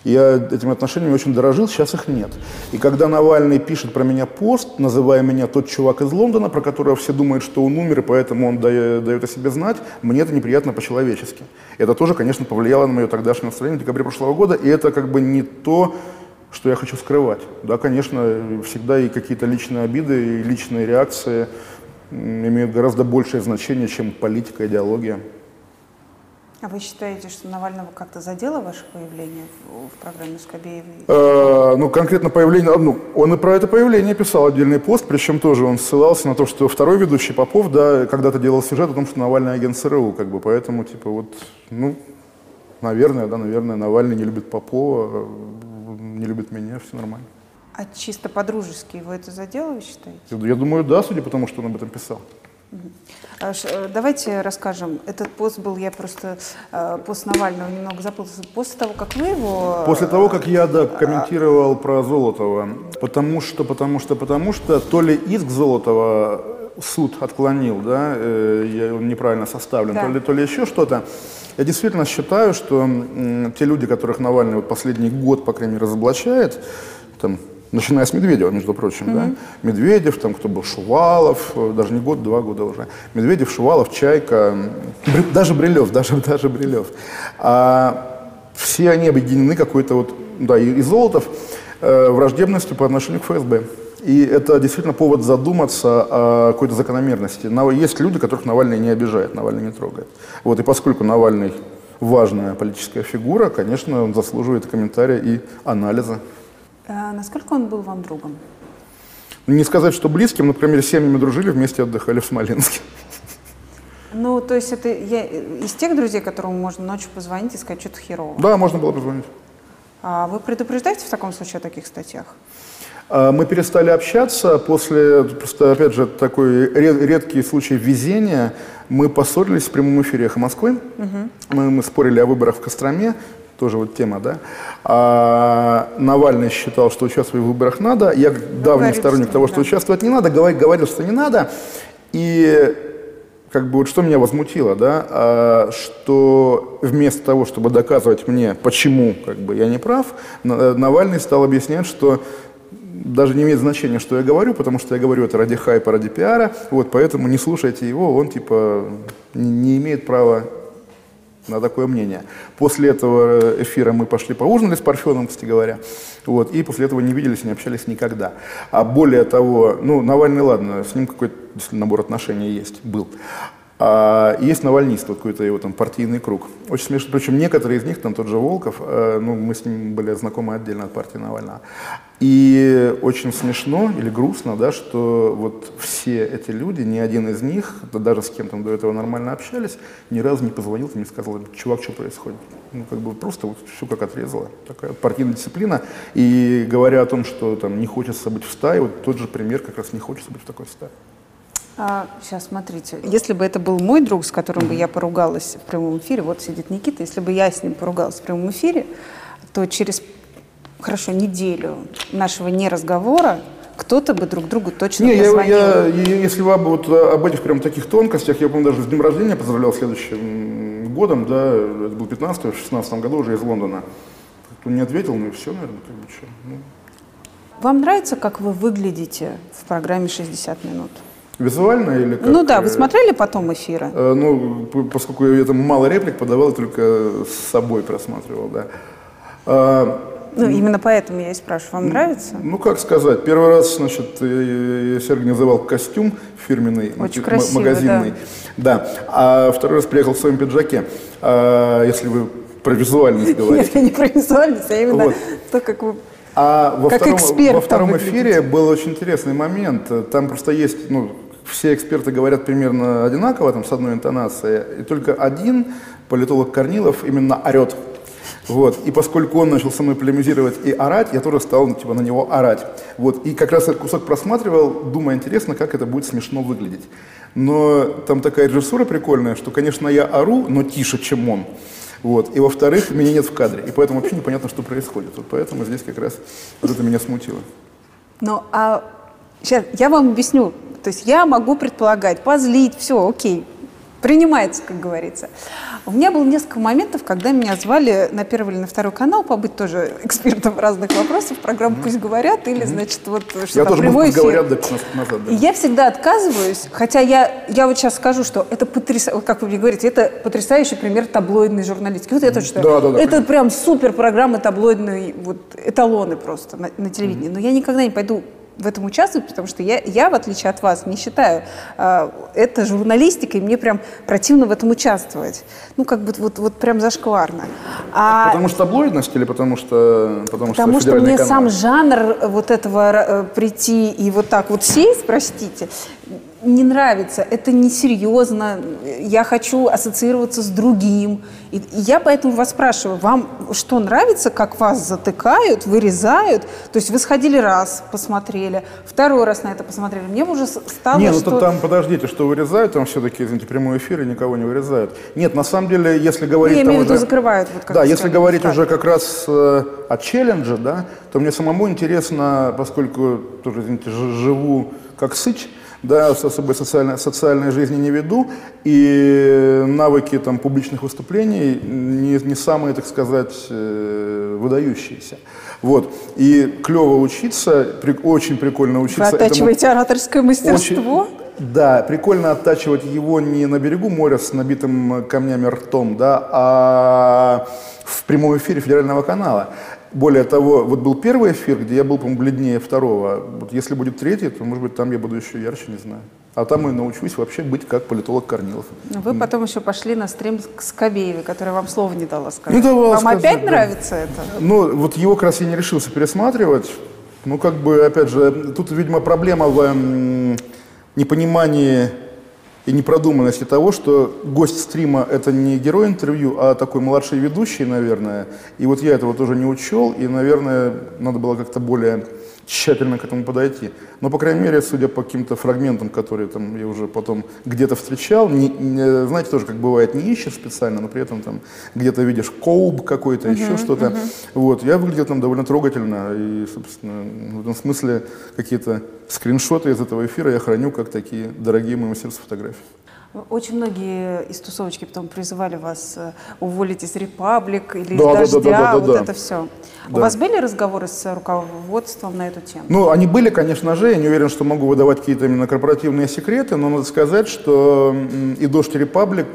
Speaker 4: Я этими отношениями очень дорожил, сейчас их нет. И когда Навальный пишет про меня пост, называя меня тот чувак из Лондона, про которого все думают, что он умер, и поэтому он дает о себе знать, мне это неприятно по-человечески. Это тоже, конечно, повлияло на мое тогдашнее настроение в декабре прошлого года, и это как бы не то, что я хочу скрывать. Да, конечно, всегда и какие-то личные обиды, и личные реакции имеют гораздо большее значение, чем политика, идеология.
Speaker 8: А вы считаете, что Навального как-то задело ваше появление в программе Скобеевой?
Speaker 4: Ну, конкретно появление, он и про это появление писал отдельный пост, причем тоже он ссылался на то, что второй ведущий Попов, да, когда-то делал сюжет о том, что Навальный агент ЦРУ, как бы, поэтому, типа, вот, ну, наверное, Навальный не любит Попова, не любит меня, все нормально.
Speaker 8: А чисто по-дружески его это задело, вы считаете?
Speaker 4: Я думаю, да, судя по тому, что он об этом писал.
Speaker 8: Давайте расскажем. Этот пост был, я просто пост Навального немного запутался. После того, как вы его...
Speaker 4: После того, как я, да, комментировал про Золотова. Потому что то ли иск Золотова суд отклонил, да, он неправильно составлен, да. то ли еще что-то. Я действительно считаю, что те люди, которых Навальный вот последний год, по крайней мере, разоблачает, там, начиная с Медведева, между прочим, да? Медведев, там кто был, Шувалов, даже не год, 2 года уже. Медведев, Шувалов, Чайка, даже Брилев. Все они объединены какой-то вот, да, и Золотов враждебностью по отношению к ФСБ. И это действительно повод задуматься о какой-то закономерности. Есть люди, которых Навальный не обижает, Навальный не трогает. Вот, и поскольку Навальный важная политическая фигура, конечно, он заслуживает комментария и анализа.
Speaker 8: Насколько он был вам другом?
Speaker 4: Не сказать, что близким, но, по крайней мере, семьями дружили, вместе отдыхали в Смоленске.
Speaker 8: Ну, то есть это из тех друзей, которым можно ночью позвонить и сказать, что-то херово?
Speaker 4: Да, можно было позвонить.
Speaker 8: А вы предупреждаете в таком случае о таких статьях?
Speaker 4: Мы перестали общаться после, просто, опять же, такой редкий случай везения. Мы поссорились в прямом эфире «Эхо Москвы». Мы спорили о выборах в Костроме. Тоже вот тема, да. Навальный считал, что участвовать в выборах надо. Я давний сторонник того, что участвовать не надо. Говорил, что не надо. И как бы вот что меня возмутило, да, что вместо того, чтобы доказывать мне, почему как бы я не прав, Навальный стал объяснять, что даже не имеет значения, что я говорю, потому что я говорю это ради хайпа, ради пиара. Вот, поэтому не слушайте его, он типа не имеет права на такое мнение. После этого эфира мы пошли поужинали с Парфеновым, кстати говоря, вот, и после этого не виделись, не общались никогда. А более того, ну, Навальный, ладно, с ним какой-то набор отношений был. А есть навальнисты, вот какой-то его там партийный круг. Очень смешно, причем некоторые из них, там тот же Волков, ну, мы с ним были знакомы отдельно от партии Навального. И очень смешно или грустно, да, что вот все эти люди, ни один из них, даже с кем там до этого нормально общались, ни разу не позвонил и не сказал, чувак, что происходит. Ну, как бы просто вот все как отрезало. Такая партийная дисциплина. И говоря о том, что там не хочется быть в стае, вот тот же пример, как раз не хочется быть в такой стае.
Speaker 8: Сейчас, смотрите, если бы это был мой друг, с которым бы я поругалась в прямом эфире, вот сидит Никита, если бы я с ним поругалась в прямом эфире, то через, хорошо, неделю нашего неразговора кто-то бы друг другу точно позвонил.
Speaker 4: Если бы вот об этих прям таких тонкостях, я, помню, даже с днем рождения поздравлял следующим годом, да, это был 15-й, в 16-м году уже из Лондона. Он не ответил, ну и все, наверное, как бы что. Ну.
Speaker 8: Вам нравится, как вы выглядите в программе «60 минут»?
Speaker 4: Визуально или как?
Speaker 8: Ну да, вы смотрели потом эфиры?
Speaker 4: Ну, поскольку я там мало реплик подавал, только с собой просматривал, да.
Speaker 8: Ну, именно поэтому я и спрашиваю, вам нравится?
Speaker 4: Ну, как сказать, первый раз, значит, я себе организовал костюм фирменный, магазинный. Да. А второй раз приехал в своем пиджаке, если вы про визуальность говорите.
Speaker 8: Нет, я не про визуальность, а именно то, как вы...
Speaker 4: А во втором эфире был очень интересный момент. Там просто есть, ну, все эксперты говорят примерно одинаково, там, с одной интонацией, и только один политолог Корнилов именно орет. Вот. И поскольку он начал со мной полемизировать и орать, я тоже стал типа, на него орать. Вот. И как раз этот кусок просматривал, думая, интересно, как это будет смешно выглядеть. Но там такая режиссура прикольная, что, конечно, я ору, но тише, чем он. Вот. И во-вторых, меня нет в кадре. И поэтому вообще непонятно, что происходит. Вот поэтому здесь как раз вот это меня смутило.
Speaker 8: Ну, сейчас я вам объясню. То есть я могу предполагать, позлить, все, окей. принимается, как говорится. У меня было несколько моментов, когда меня звали на первый или на второй канал побыть тоже экспертом разных вопросов, программу «Пусть говорят» или, значит, вот что там, прямой эфир.
Speaker 4: Говорят до 15 назад. Да.
Speaker 8: И я всегда отказываюсь, хотя я вот сейчас скажу, что это потрясающе, как вы мне говорите, это потрясающий пример таблоидной журналистики. Вот я точно считаю. Это прям супер программы таблоидные, вот эталоны просто на телевидении. Но я никогда не пойду в этом участвовать, потому что я, в отличие от вас, не считаю это журналистикой, и мне прям противно в этом участвовать. Ну, как бы вот прям зашкварно.
Speaker 4: Потому что таблоидность или потому что
Speaker 8: мне
Speaker 4: канал?
Speaker 8: сам жанр вот этого прийти и вот так вот сесть, простите, не нравится, это несерьезно, я хочу ассоциироваться с другим. И я поэтому вас спрашиваю, вам что нравится, как вас затыкают, вырезают? То есть вы сходили раз, посмотрели, второй раз на это посмотрели, мне уже стало,
Speaker 4: Нет, ну там, подождите, что вырезают, там все-таки, извините, прямой эфир и никого не вырезают. Нет, на самом деле, если говорить...
Speaker 8: Я имею в виду, закрывают. Вот, как
Speaker 4: да, если говорить уже как раз о челлендже, да, то мне самому интересно, поскольку тоже, извините, живу как сыч, да, особой социальной жизни не веду, и навыки там, публичных выступлений не самые, так сказать, выдающиеся. Вот. И клево учиться, очень прикольно учиться.
Speaker 8: Вы оттачиваете ораторское мастерство?
Speaker 4: Да, прикольно оттачивать его не на берегу моря с набитым камнями ртом, да, а в прямом эфире федерального канала. Более того, вот был первый эфир, где я был, по-моему, бледнее второго. Вот если будет третий, то, может быть, там я буду еще ярче, не знаю. А там я научусь вообще быть как политолог Корнилов.
Speaker 8: Вы потом еще пошли на стрим к Скобеевой, которая вам слова не дала сказать. Вам сказать, опять нравится это?
Speaker 4: Ну, вот его как раз я не решился пересматривать. Ну, как бы, опять же, тут, видимо, проблема в непонимании и непродуманности того, что гость стрима — это не герой интервью, а такой младший ведущий, наверное. И вот я этого тоже не учел, и, наверное, надо было как-то более тщательно к этому подойти. Но, по крайней мере, судя по каким-то фрагментам, которые там я уже потом где-то встречал, знаете, тоже как бывает, не ищешь специально, но при этом там где-то видишь коуб какой-то, еще что-то. Вот, я выглядел там довольно трогательно, и, собственно, в этом смысле какие-то скриншоты из этого эфира я храню как такие дорогие моему сердцу фотографии.
Speaker 8: Очень многие из тусовочки потом призывали вас уволить из «Репаблик» или из «Дождя», это все. У вас были разговоры с руководством на эту тему? Ну,
Speaker 4: они были, конечно же. Я не уверен, что могу выдавать какие-то именно корпоративные секреты, но надо сказать, что и «Дождь», и «Репаблик»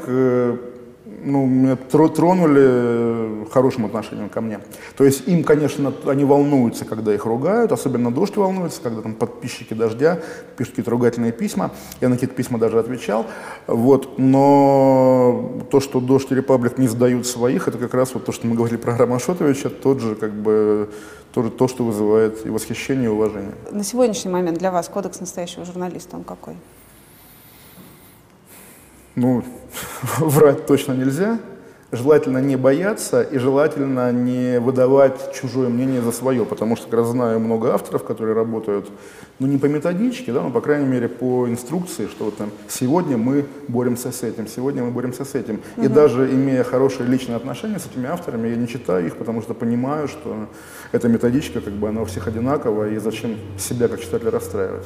Speaker 4: меня тронули хорошим отношением ко мне. То есть им, конечно, они волнуются, когда их ругают, особенно «Дождь» волнуется, когда там подписчики «Дождя» пишут какие-то ругательные письма. Я на какие-то письма даже отвечал. Вот. Но то, что «Дождь» и «Репаблик» не сдают своих, это как раз вот то, что мы говорили про Ромашотовича, тот же, как бы, то, что вызывает и восхищение, и уважение.
Speaker 8: На сегодняшний момент для вас кодекс настоящего журналиста, он какой?
Speaker 4: Ну, врать точно нельзя. Желательно не бояться и желательно не выдавать чужое мнение за свое, потому что как раз знаю много авторов, которые работают, ну, не по методичке, да, но, по крайней мере, по инструкции, что вот там сегодня мы боремся с этим, сегодня мы боремся с этим. И даже имея хорошие личные отношения с этими авторами, я не читаю их, потому что понимаю, что эта методичка, как бы, она у всех одинакова, и зачем себя как читателя расстраивать.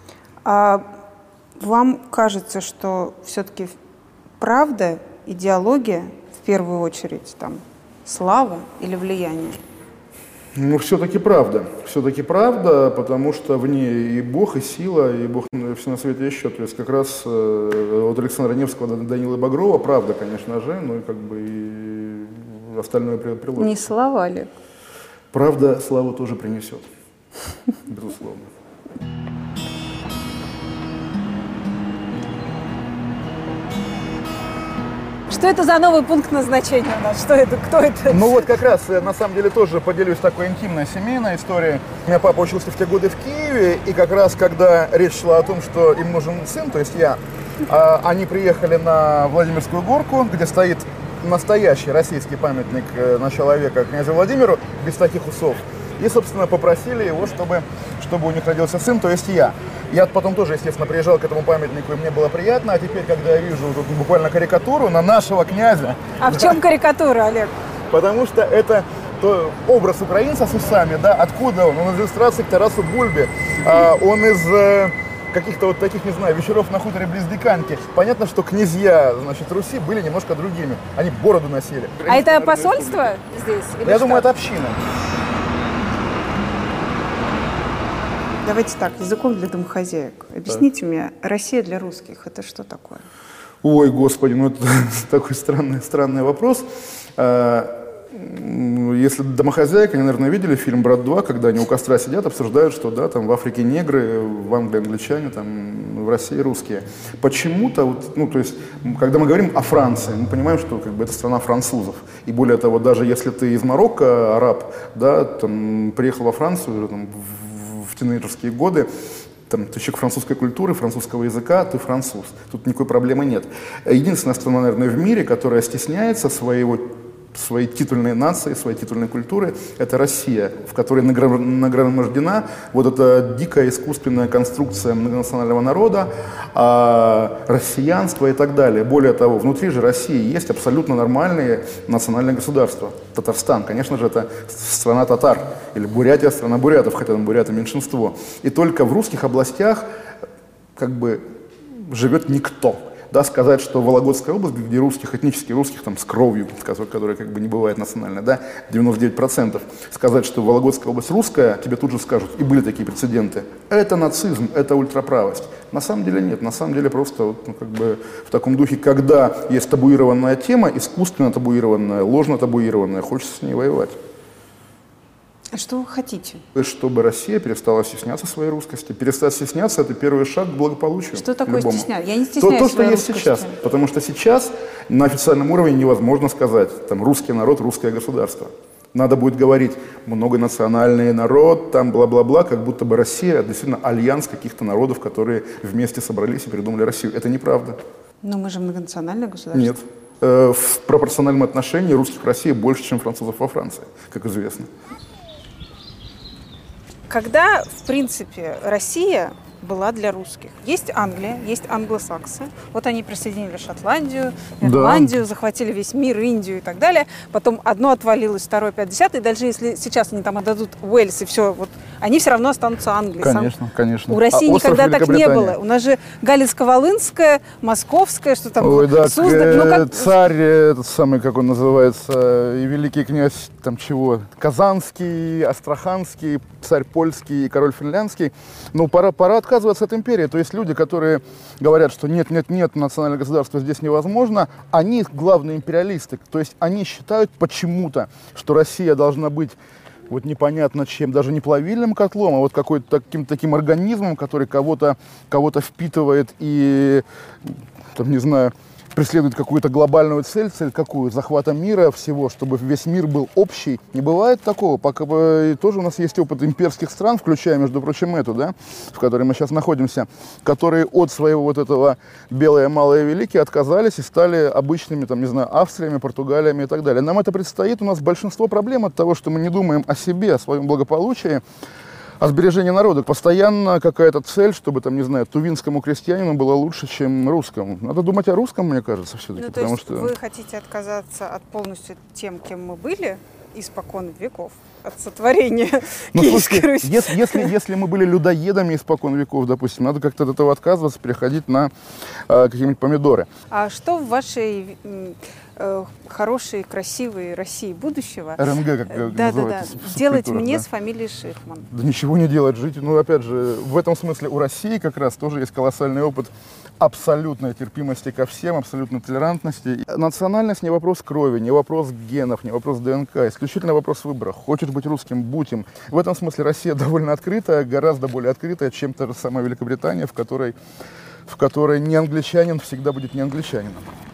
Speaker 8: Вам кажется, что все-таки правда, идеология, в первую очередь, там, слава или влияние?
Speaker 4: Ну, все-таки правда. Все-таки правда, потому что в ней и Бог, и сила, и Бог все на свете еще. То есть как раз от Александра Невского до Данилы Багрова правда, конечно же, но и как бы и остальное приложено.
Speaker 8: Не слава, Олег?
Speaker 4: Правда славу тоже принесет, безусловно.
Speaker 8: Что это за новый пункт назначения у нас? Что это? Кто это?
Speaker 4: Ну вот как раз, на самом деле, тоже поделюсь такой интимной семейной историей. У меня папа учился в те годы в Киеве, и как раз, когда речь шла о том, что им нужен сын, то есть я, они приехали на Владимирскую горку, где стоит настоящий российский памятник начала века князю Владимиру, без таких усов. И, собственно, попросили его, чтобы у них родился сын, то есть я. Я потом тоже, естественно, приезжал к этому памятнику, и мне было приятно. А теперь, когда я вижу тут буквально карикатуру на нашего князя...
Speaker 8: А в чем карикатура, Олег?
Speaker 4: Потому что это образ украинца с усами, да, откуда он? Он из иллюстрации к Тарасу Бульбе. Он из каких-то вот таких, не знаю, вечеров на хуторе близ Диканьки, понятно, что князья, значит, Руси были немножко другими. Они бороду носили.
Speaker 8: А это посольство здесь? Или
Speaker 4: Я думаю, это община.
Speaker 8: Давайте так, языком для домохозяек. Объясните мне, Россия для русских – это что такое?
Speaker 4: Ой, господи, ну это такой странный вопрос. Если домохозяйка, они, наверное, видели фильм «Брат 2», когда они у костра сидят, обсуждают, что да, там в Африке негры, в Англии англичане, там в России русские. Почему-то, вот, ну, то есть, когда мы говорим о Франции, мы понимаем, что как бы, это страна французов. И более того, даже если ты из Марокко, араб, да, там, приехал во Францию там, в тинейджерские годы, там, ты человек французской культуры, французского языка, ты француз. Тут никакой проблемы нет. Единственная страна, наверное, в мире, которая стесняется своей титульной нации, своей титульной культуры, это Россия, в которой нагромождена вот эта дикая искусственная конструкция многонационального народа, россиянство и так далее. Более того, внутри же России есть абсолютно нормальные национальные государства. Татарстан, конечно же, это страна татар, или Бурятия, страна бурятов, хотя там буряты меньшинство. И только в русских областях как бы живет никто. Да, сказать, что Вологодская область, где русских, этнически русских, там, с кровью, которая как бы не бывает национальной, да, 99%, сказать, что Вологодская область русская, тебе тут же скажут, и были такие прецеденты, это нацизм, это ультраправость. На самом деле нет, на самом деле просто вот, ну, как бы в таком духе, когда есть табуированная тема, искусственно табуированная, ложно табуированная, хочется с ней воевать.
Speaker 8: А что вы хотите?
Speaker 4: Чтобы Россия перестала стесняться своей русскости. Перестать стесняться – это первый шаг к благополучию.
Speaker 8: Что такое стесняться? Я не
Speaker 4: То,
Speaker 8: стесняюсь
Speaker 4: что
Speaker 8: своей
Speaker 4: есть сейчас. Потому что сейчас на официальном уровне невозможно сказать, там, русский народ, русское государство. Надо будет говорить многонациональный народ, там, бла-бла-бла, как будто бы Россия – это действительно альянс каких-то народов, которые вместе собрались и придумали Россию. Это неправда.
Speaker 8: Но мы же многонациональное государство.
Speaker 4: Нет. В пропорциональном отношении русских в России больше, чем французов во Франции, как известно.
Speaker 8: Когда, в принципе, Россия была для русских. Есть Англия, есть англосаксы. Вот они присоединили Шотландию, Ирландию, захватили весь мир, Индию и так далее. Потом одно отвалилось, второе, 50. И дальше, если сейчас они там отдадут Уэльс и все, вот, они все равно останутся Англией.
Speaker 4: Конечно, конечно.
Speaker 8: У России никогда так не было. У нас же Галицко-Волынская, Московская, что там,
Speaker 4: ой, да,
Speaker 8: Суздаль.
Speaker 4: Царь, этот самый, как он называется, и великий князь, там чего, Казанский, Астраханский, царь польский и король финляндский. Ну, пора отказываться от империи. То есть люди, которые говорят, что нет, национальное государство здесь невозможно, они главные империалисты. То есть они считают почему-то, что Россия должна быть вот непонятно чем, даже не плавильным котлом, а вот какой-то таким организмом, который кого-то впитывает и, там, не знаю, преследует какую-то глобальную цель какую? Захвата мира всего, чтобы весь мир был общий. Не бывает такого. Пока тоже у нас есть опыт имперских стран, включая, между прочим, эту, да, в которой мы сейчас находимся, которые от своего вот этого белое, малое, великие отказались и стали обычными, там, не знаю, Австриями, Португалиями и так далее. Нам это предстоит. У нас большинство проблем от того, что мы не думаем о себе, о своем благополучии, о сбережении народа. Постоянно какая-то цель, чтобы, там, не знаю, тувинскому крестьянину было лучше, чем русскому. Надо думать о русском, мне кажется, все-таки.
Speaker 8: Ну, то есть вы хотите отказаться от полностью тем, кем мы были испокон веков, от сотворения Киевской Руси?
Speaker 4: Если мы были людоедами испокон веков, допустим, надо как-то от этого отказываться, переходить на какие-нибудь помидоры.
Speaker 8: А что в вашей хорошей, красивой России будущего?
Speaker 4: РНГ, как называется.
Speaker 8: Делать мне с фамилией Шихман.
Speaker 4: Да ничего не делать, жить. Ну, опять же, в этом смысле у России как раз тоже есть колоссальный опыт абсолютной терпимости ко всем, абсолютной толерантности. Национальность не вопрос крови, не вопрос генов, не вопрос ДНК, исключительно вопрос выбора. Хочешь быть русским, будь им. В этом смысле Россия довольно открытая, гораздо более открытая, чем та же самая Великобритания, в которой не англичанин всегда будет не англичанином.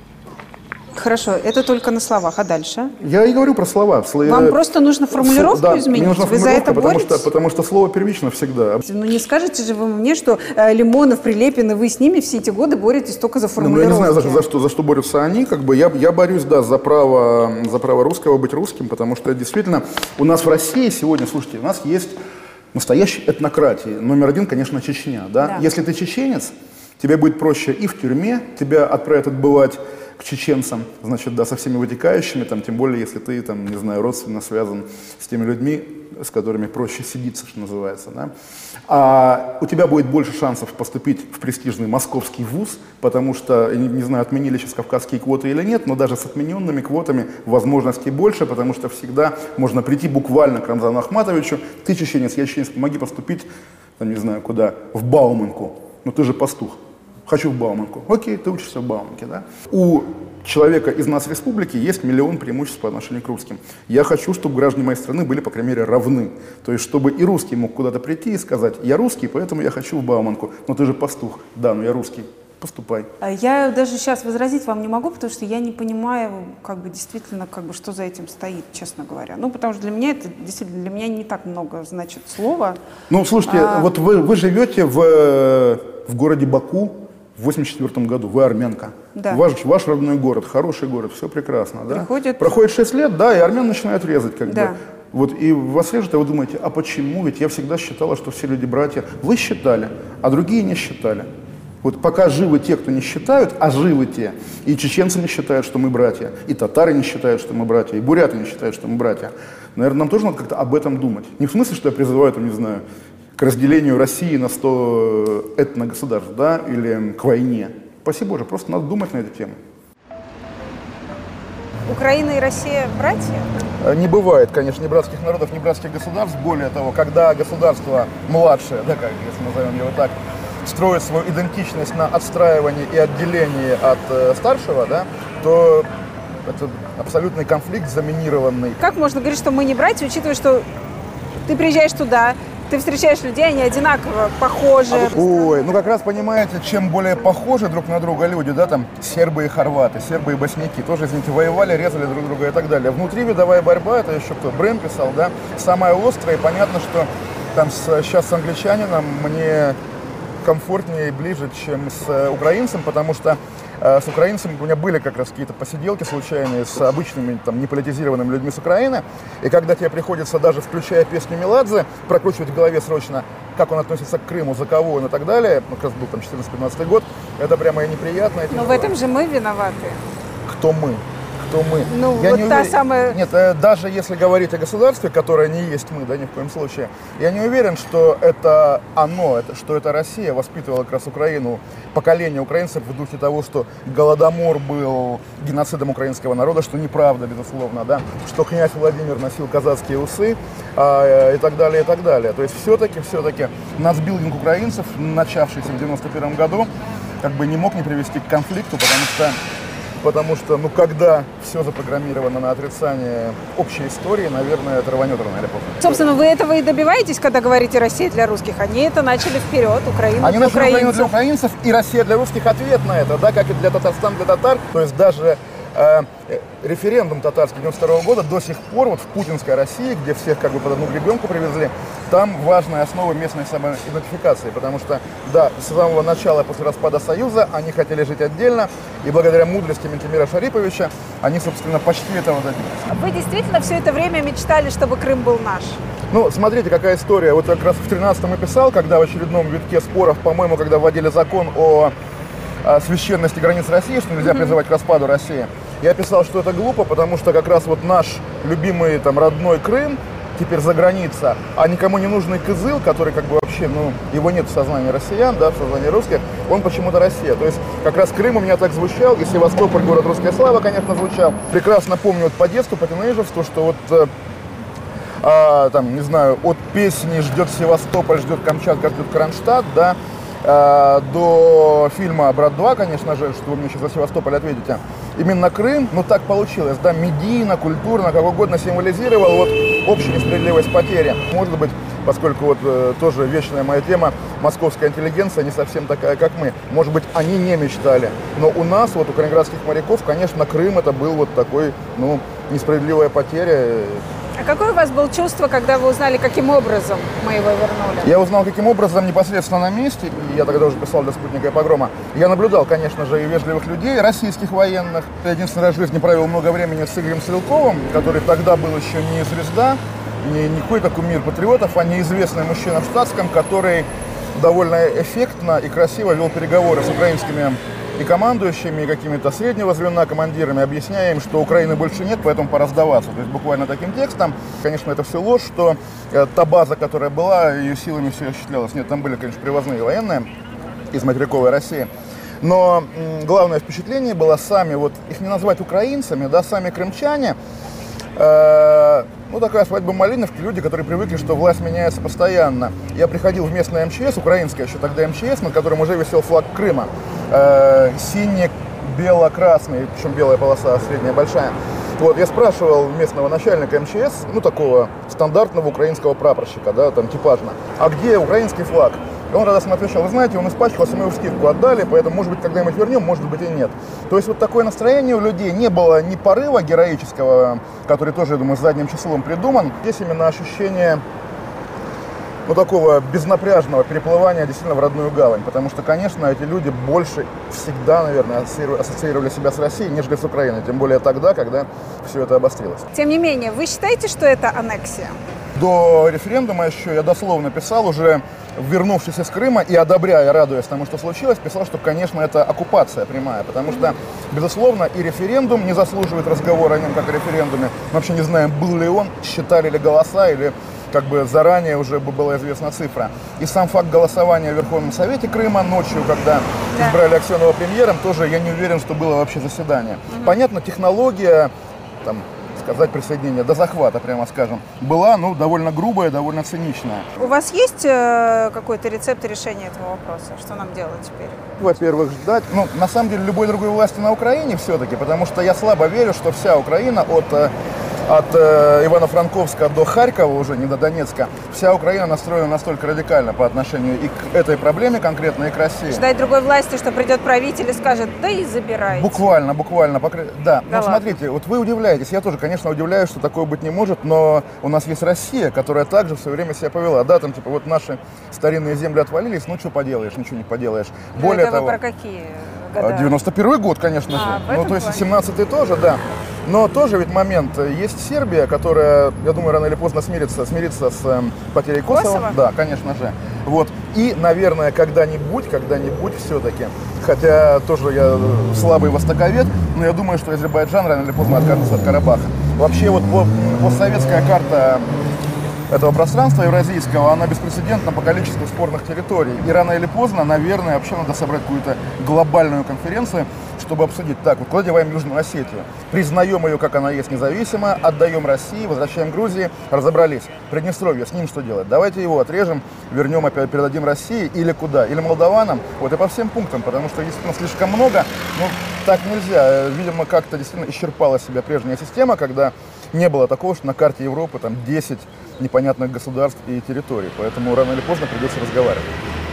Speaker 8: Хорошо, это только на словах, а дальше?
Speaker 4: Я и говорю про слова.
Speaker 8: Вам просто нужно формулировку изменить?
Speaker 4: Нужна
Speaker 8: Вы за это боретесь?
Speaker 4: Потому что слово первично всегда.
Speaker 8: Ну не скажете же вы мне, что Лимонов, Прилепин и вы с ними все эти годы боретесь только за формулировки?
Speaker 4: Ну, я не знаю, за что борются они. Как бы я борюсь, да, за право русского быть русским, потому что действительно у нас в России сегодня, слушайте, у нас есть настоящая этнократия. Номер один, конечно, Чечня. Да? Если ты чеченец, тебе будет проще и в тюрьме, тебя отправят отбывать к чеченцам, значит, да, со всеми вытекающими, там, тем более, если ты, там, не знаю, родственно связан с теми людьми, с которыми проще сидиться, что называется, да. А у тебя будет больше шансов поступить в престижный московский вуз, потому что, не знаю, отменили сейчас кавказские квоты или нет, но даже с отмененными квотами возможностей больше, потому что всегда можно прийти буквально к Рамзану Ахматовичу: ты чеченец, я чеченец, помоги поступить, там, не знаю, куда, в Бауманку. Ну ты же пастух. Хочу в Бауманку. Окей, ты учишься в Бауманке, да? У человека из нас республики есть миллион преимуществ по отношению к русским. Я хочу, чтобы граждане моей страны были, по крайней мере, равны. То есть, чтобы и русский мог куда-то прийти и сказать: я русский, поэтому я хочу в Бауманку. Но ты же пастух. Да, но я русский. Поступай.
Speaker 8: Я даже сейчас возразить вам не могу, потому что я не понимаю, как бы, действительно, как бы, что за этим стоит, честно говоря. Ну, потому что для меня это действительно, для меня не так много значит слово.
Speaker 4: Ну, слушайте, вот вы живете в городе Баку в 1984 году, вы армянка.
Speaker 8: Да.
Speaker 4: Ваш родной город, хороший город, все прекрасно, да? Проходит 6 лет, да, и армян начинают резать, как бы. Вот, и вас режут, а вы думаете: а почему? Ведь я всегда считала, что все люди братья. Вы считали, а другие не считали. Вот пока живы те, кто не считают, а живы те, и чеченцы не считают, что мы братья, и татары не считают, что мы братья, и буряты не считают, что мы братья. Наверное, нам тоже надо как-то об этом думать. Не в смысле, что я призываю, там, не знаю, к разделению России на 100 этногосударств, да, или к войне. Спасибо Боже, просто надо думать на эту тему.
Speaker 8: Украина и Россия братья?
Speaker 4: Не бывает, конечно, ни братских народов, ни братских государств. Более того, когда государство младшее, да, как, если назовем его так, строит свою идентичность на отстраивании и отделении от старшего, да, то это абсолютный конфликт заминированный.
Speaker 8: Как можно говорить, что мы не братья, учитывая, что ты приезжаешь туда, ты встречаешь людей, они одинаково похожи.
Speaker 4: Ой, ну как раз понимаете, чем более похожи друг на друга люди, да, там сербы и хорваты, сербы и босняки, тоже, извините, воевали, резали друг друга и так далее. Внутривидовая борьба, это еще кто, Брэм писал, да, самая острая, и понятно, что там сейчас с англичанином мне комфортнее и ближе, чем с украинцем, потому что с украинцами у меня были как раз какие-то посиделки случайные с обычными, там, неполитизированными людьми с Украины, и когда тебе приходится, даже включая песню Меладзе, прокручивать в голове срочно, как он относится к Крыму, за кого он и так далее, ну, как раз был там 14-15 год, это прямо и неприятно.
Speaker 8: Но в этом же мы виноваты.
Speaker 4: Кто мы? Кто мы?
Speaker 8: Ну,
Speaker 4: я
Speaker 8: вот
Speaker 4: не
Speaker 8: та
Speaker 4: уверен...
Speaker 8: самая...
Speaker 4: Нет, даже если говорить о государстве, которое не есть мы, да, ни в коем случае, я не уверен, что это оно, что это Россия воспитывала как раз Украину, поколение украинцев в духе того, что Голодомор был геноцидом украинского народа, что неправда, безусловно, да, что князь Владимир носил казацкие усы и так далее, и так далее. То есть все-таки нацбилдинг украинцев, начавшийся в 91 году, как бы не мог не привести к конфликту, потому что, ну, когда все запрограммировано на отрицание общей истории, наверное, это рванет рано или поздно.
Speaker 8: Собственно, вы этого и добиваетесь, когда говорите «Россия для русских». Они это начали вперед, Украина
Speaker 4: для украинцев. Они начали Украину для украинцев, и Россия для русских ответ на это, да, как и для Татарстана для татар. То есть даже референдум татарский 92 года до сих пор вот в путинской России, где всех как бы под одну гребенку привезли, там важная основа местной самоидентификации, потому что, да, с самого начала, после распада Союза, они хотели жить отдельно, и благодаря мудрости Ментимира Шариповича они, собственно, почти этого добились.
Speaker 8: Вы действительно все это время мечтали, чтобы Крым был наш?
Speaker 4: Ну, смотрите, какая история. Вот как раз в 13-м я писал, когда в очередном витке споров, по-моему, когда вводили закон о священности границ России, что нельзя призывать к распаду России. Я писал, что это глупо, потому что как раз вот наш любимый там родной Крым теперь за граница, а никому не нужный Кызыл, который как бы вообще, ну, его нет в сознании россиян, да, в сознании русских, он почему-то Россия. То есть как раз Крым у меня так звучал, и Севастополь, город русская слава, конечно, звучал. Прекрасно помню вот по детству, по тинейджерству, что вот там, не знаю, от песни «Ждет Севастополь, ждет Камчатка, ждет Кронштадт», да, до фильма «Брат 2», конечно же, что вы мне сейчас за Севастополь ответите. Именно Крым, ну так получилось, да, медийно, культурно, как угодно символизировал вот общую несправедливость потери. Может быть, поскольку вот тоже вечная моя тема, московская интеллигенция не совсем такая, как мы. Может быть, они не мечтали. Но у нас, вот у калининградских моряков, конечно, Крым это был вот такой, ну, несправедливая потеря.
Speaker 8: А какое у вас было чувство, когда вы узнали, каким образом мы его вернули?
Speaker 4: Я узнал, каким образом непосредственно на месте, и я тогда уже писал для «Спутника» и «Погрома». Я наблюдал, конечно же, и вежливых людей, российских военных. Я единственный раз в жизни провел много времени с Игорем Стрелковым, который тогда был еще не звезда, не какой-то кумир патриотов, а неизвестный мужчина в штатском, который довольно эффектно и красиво вел переговоры с украинскими и командующими, и какими-то среднего звена командирами, объясняя им, что Украины больше нет, поэтому пора сдаваться. То есть буквально таким текстом. Конечно, это все ложь, что та база, которая была, ее силами все осуществлялось. Нет, там были, конечно, привозные военные из материковой России. Но главное впечатление было сами, вот их не назвать украинцами, да, сами крымчане, ну, такая свадьба Малиновки, люди, которые привыкли, что власть меняется постоянно. Я приходил в местное МЧС, украинское еще тогда МЧС, над которым уже висел флаг Крыма. Синий, бело-красный, причем белая полоса средняя, большая. Вот, я спрашивал местного начальника МЧС, ну, такого стандартного украинского прапорщика, да, там, типажно, а где украинский флаг? И он радостно отвечал: вы знаете, он испачкался, мы его в скидку отдали, поэтому, может быть, когда-нибудь вернем, может быть, и нет. То есть вот такое настроение у людей, не было ни порыва героического, который тоже, я думаю, задним числом придуман. Здесь именно ощущение, ну, такого безнапряжного переплывания действительно в родную гавань. Потому что, конечно, эти люди больше всегда, наверное, ассоциировали себя с Россией, нежели с Украиной. Тем более тогда, когда все это обострилось.
Speaker 8: Тем не менее, вы считаете, что это аннексия?
Speaker 4: До референдума еще я дословно писал, уже вернувшись из Крыма и одобряя, радуясь тому, что случилось, писал, что, конечно, это оккупация прямая, потому что, безусловно, и референдум не заслуживает разговора о нем как о референдуме. Мы вообще не знаем, был ли он, считали ли голоса, или как бы заранее уже была известна цифра. И сам факт голосования в Верховном Совете Крыма ночью, когда избрали Аксенова премьером, тоже я не уверен, что было вообще заседание. Понятно, технология, там, сказать присоединение до захвата, прямо скажем, была, ну, довольно грубая, довольно циничная.
Speaker 8: У вас есть какой-то рецепт решения этого вопроса? Что нам делать теперь?
Speaker 4: Во-первых, ждать, ну, на самом деле, любой другой власти на Украине все-таки, потому что я слабо верю, что вся Украина от Ивано-Франковска до Харькова, уже не до Донецка, вся Украина настроена настолько радикально по отношению и к этой проблеме конкретно, и к России.
Speaker 8: Ждать другой власти, что придет правитель и скажет: да и забирайте.
Speaker 4: Буквально. Да, но смотрите, вот вы удивляетесь, я тоже, конечно, удивляюсь, что такое быть не может, но у нас есть Россия, которая также все время себя повела. Да, там типа вот наши старинные земли отвалились, ну что поделаешь, ничего не поделаешь. Более того,
Speaker 8: про какие года?
Speaker 4: 91-й год, конечно же. Ну, то есть 17-й тоже, да. Но тоже ведь момент. Есть Сербия, которая, я думаю, рано или поздно смирится с потерей Косово. Да, конечно же. Вот. И, наверное, когда-нибудь все-таки, хотя тоже я слабый востоковед, но я думаю, что Азербайджан рано или поздно откажется от Карабаха. Вообще вот постсоветская карта этого пространства евразийского, она беспрецедентна по количеству спорных территорий. И рано или поздно, наверное, вообще надо собрать какую-то глобальную конференцию, чтобы обсудить: так, вот куда деваем Южную Осетию? Признаем ее, как она есть, независимо, отдаем России, возвращаем Грузии, разобрались. Приднестровье, с ним что делать? Давайте его отрежем, вернем опять, передадим России или куда? Или молдаванам? Вот и по всем пунктам, потому что действительно слишком много, ну, так нельзя. Видимо, как-то действительно исчерпала себя прежняя система, когда не было такого, что на карте Европы там 10 непонятных государств и территорий. Поэтому рано или поздно придется разговаривать.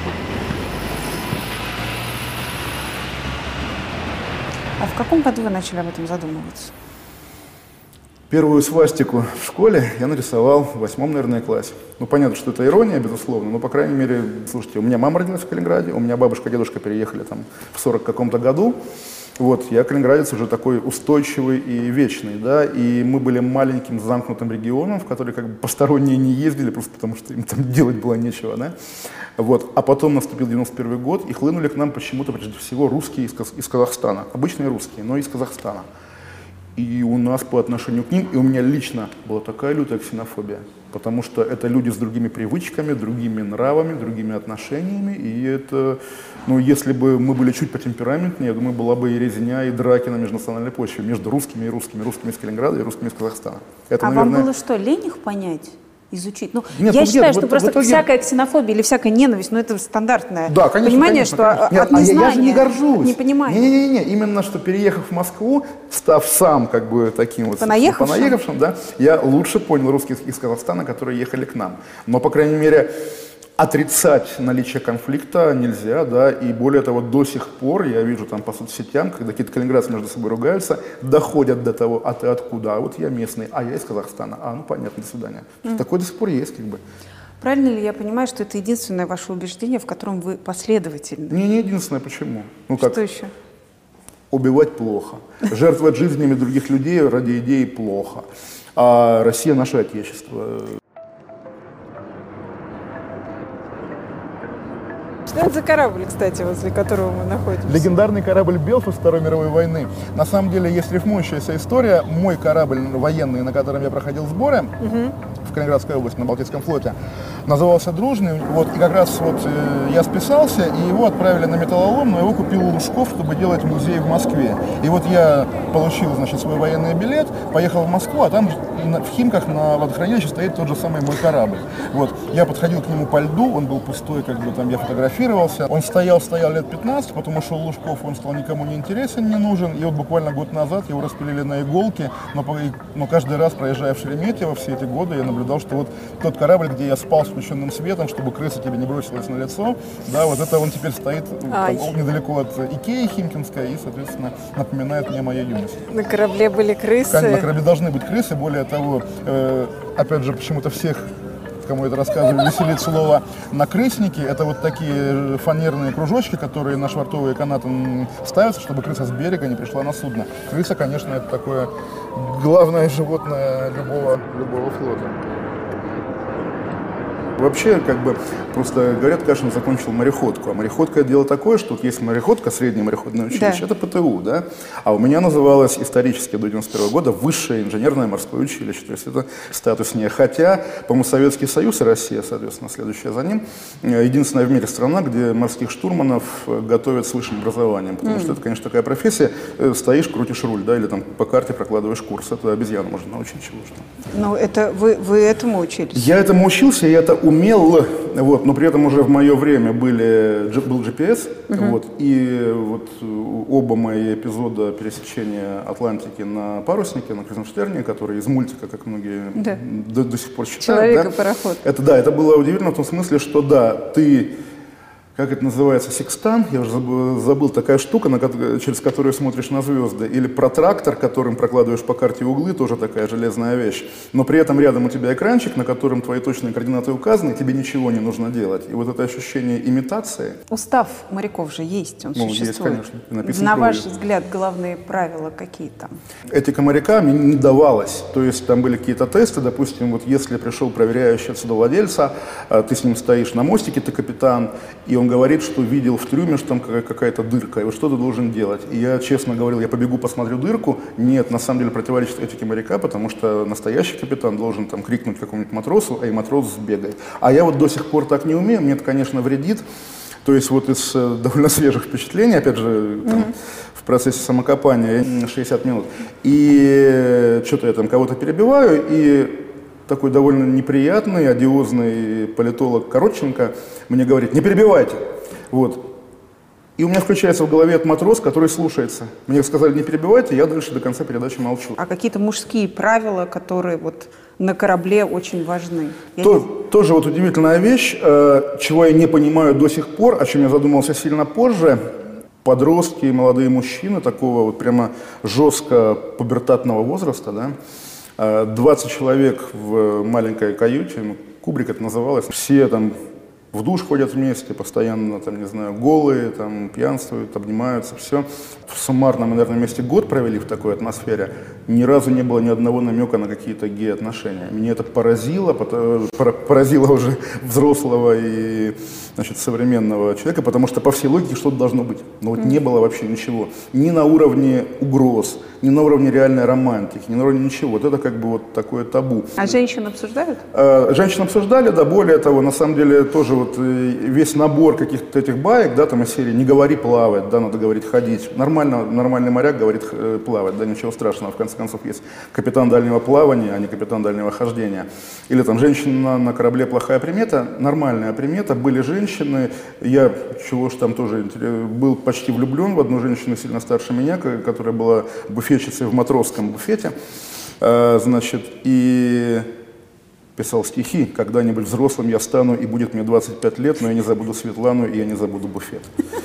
Speaker 8: А в каком году вы начали об этом задумываться?
Speaker 4: Первую свастику в школе я нарисовал в 8-м, наверное, классе. Ну, понятно, что это ирония, безусловно, но, по крайней мере, слушайте, у меня мама родилась в Калининграде, у меня бабушка и дедушка переехали там в 40 каком-то году. Вот, я калининградец уже такой устойчивый и вечный, да, и мы были маленьким замкнутым регионом, в который как бы посторонние не ездили, просто потому что им там делать было нечего, да. Вот, а потом наступил 91 год, и хлынули к нам почему-то, прежде всего, русские из Казахстана, обычные русские, но из Казахстана. И у нас по отношению к ним, и у меня лично была такая лютая ксенофобия, потому что это люди с другими привычками, другими нравами, другими отношениями, и это, ну, если бы мы были чуть потемпераментнее, я думаю, была бы и резня, и драки на межнациональной почве между русскими и русскими, русскими из Калининграда и русскими из Казахстана. Это, наверное...
Speaker 8: вам было что, лень их понять? Изучить. Ну,
Speaker 4: нет,
Speaker 8: я считаю, что просто
Speaker 4: итоге...
Speaker 8: всякая ксенофобия или всякая ненависть, ну это стандартное,
Speaker 4: да, конечно,
Speaker 8: понимание,
Speaker 4: конечно,
Speaker 8: что
Speaker 4: конечно.
Speaker 8: от незнания,
Speaker 4: я же не горжусь.
Speaker 8: не понимания.
Speaker 4: Не-не-не, именно что переехав в Москву, став сам как бы таким вот понаехавшим, да, я лучше понял русских из Казахстана, которые ехали к нам. Но, по крайней мере, отрицать наличие конфликта нельзя, да, и более того, до сих пор я вижу там по соцсетям, когда какие-то калининградцы между собой ругаются, доходят до того, а ты откуда, а вот я местный, а я из Казахстана, а, ну понятно, до свидания. Такое до сих пор есть, как бы.
Speaker 8: Правильно ли я понимаю, что это единственное ваше убеждение, в котором вы последовательны?
Speaker 4: Не единственное, почему? Ну, как?
Speaker 8: Что еще?
Speaker 4: Убивать плохо, жертвовать жизнями других людей ради идеи плохо, а Россия наше отечество.
Speaker 8: Что это за корабль, кстати, возле которого мы находимся?
Speaker 4: Легендарный корабль «Белфаст» Второй мировой войны. На самом деле есть рифмующаяся история. Мой корабль военный, на котором я проходил сборы в Калининградской области, на Балтийском флоте, назывался «Дружный». Вот, и как раз вот я списался, и его отправили на металлолом, но его купил Лужков, чтобы делать музей в Москве. И вот я получил, значит, свой военный билет, поехал в Москву, а там в Химках на водохранилище стоит тот же самый мой корабль. Вот, я подходил к нему по льду, он был пустой, как бы там я фотографировался. Он стоял лет 15, потом ушел Лужков, он стал никому не интересен, не нужен. И вот буквально год назад его распилили на иголки, но каждый раз, проезжая в Шереметьево все эти годы, я наблюдал, что вот тот корабль, где я спал с включенным светом, чтобы крыса тебе не бросилась на лицо, да, вот это он теперь стоит там, недалеко от Икеи Химкинской и, соответственно, напоминает мне о моей юности.
Speaker 8: На корабле были крысы?
Speaker 4: На корабле должны быть крысы, более того, опять же, почему-то всех, кому это рассказывали, веселит слово «накрысники». Это вот такие фанерные кружочки, которые на швартовые канаты ставятся, чтобы крыса с берега не пришла на судно. Крыса, конечно, это такое главное животное любого флота. Вообще, как бы, просто говорят, Кашин закончил мореходку. А мореходка — это дело такое, что вот есть мореходка, среднее мореходное училище, это ПТУ, да? А у меня называлось исторически до 91 года Высшее инженерное морское училище. То есть это статуснее. Хотя, по-моему, Советский Союз и Россия, соответственно, следующая за ним, единственная в мире страна, где морских штурманов готовят с высшим образованием. Потому что это, конечно, такая профессия. Стоишь, крутишь руль, да, или там по карте прокладываешь курс. Это обезьяну можно научить чего-то.
Speaker 8: Ну, это вы этому учились?
Speaker 4: Я этому учился, я это умел, вот, но при этом уже в мое время был GPS, вот, и вот оба мои эпизода пересечения Атлантики на паруснике, на Крузенштерне, который из мультика, как многие до сих пор считают.
Speaker 8: Человек и пароход.
Speaker 4: Это было удивительно в том смысле, что да, ты... Как это называется, секстант, я уже забыл, такая штука, через которую смотришь на звезды, или протрактор, которым прокладываешь по карте углы, тоже такая железная вещь, но при этом рядом у тебя экранчик, на котором твои точные координаты указаны, и тебе ничего не нужно делать. И вот это ощущение имитации...
Speaker 8: Устав моряков же есть, он существует.
Speaker 4: Есть, конечно. Написан
Speaker 8: на
Speaker 4: кровью.
Speaker 8: ваш взгляд, главные правила какие там?
Speaker 4: Этика моряка мне не давалась. То есть там были какие-то тесты, допустим, вот если пришел проверяющий от судовладельца, ты с ним стоишь на мостике, ты капитан, и он говорит, что видел в трюме, что там какая-то дырка, и вот что ты должен делать? И я честно говорил, я побегу, посмотрю дырку. Нет, на самом деле противоречит этике моряка, потому что настоящий капитан должен там крикнуть какому-нибудь матросу, эй, матрос, сбегай. А я вот до сих пор так не умею, мне это, конечно, вредит. То есть вот из довольно свежих впечатлений, опять же, там, в процессе самокопания 60 минут, и что-то я там кого-то перебиваю, и такой довольно неприятный, одиозный политолог Коротченко мне говорит: не перебивайте. Вот. И у меня включается в голове этот матрос, который слушается. Мне сказали: не перебивайте, я дальше до конца передачи молчу.
Speaker 8: А какие-то мужские правила, которые вот на корабле очень важны?
Speaker 4: Тоже вот удивительная вещь, чего я не понимаю до сих пор, о чем я задумался сильно позже. Подростки, молодые мужчины такого вот прямо жестко пубертатного возраста, да, 20 человек в маленькой каюте, кубрик это называлось, все там в душ ходят вместе, постоянно, там, не знаю, голые, там, пьянствуют, обнимаются, все. В суммарном, наверное, вместе год провели в такой атмосфере. Ни разу не было ни одного намека на какие-то гей-отношения. Меня это поразило уже взрослого и, значит, современного человека, потому что по всей логике что-то должно быть. Но вот не было вообще ничего. Ни на уровне угроз, ни на уровне реальной романтики, ни на уровне ничего. Вот это как бы вот такое табу.
Speaker 8: А женщин обсуждают?
Speaker 4: Женщин обсуждали, да, более того, на самом деле тоже вот весь набор каких-то этих баек, да, там из серии «не говори плавать», да, надо говорить ходить. Нормальный моряк говорит плавать, да, ничего страшного. В конце концов, есть капитан дальнего плавания, а не капитан дальнего хождения. Или там женщина на корабле плохая примета, нормальная примета. Были женщины, я чего ж там тоже был почти влюблен в одну женщину сильно старше меня, которая была буфетчицей в матросском буфете, значит, и писал стихи: когда-нибудь взрослым я стану, и будет мне 25 лет, но я не забуду Светлану, и я не забуду буфет.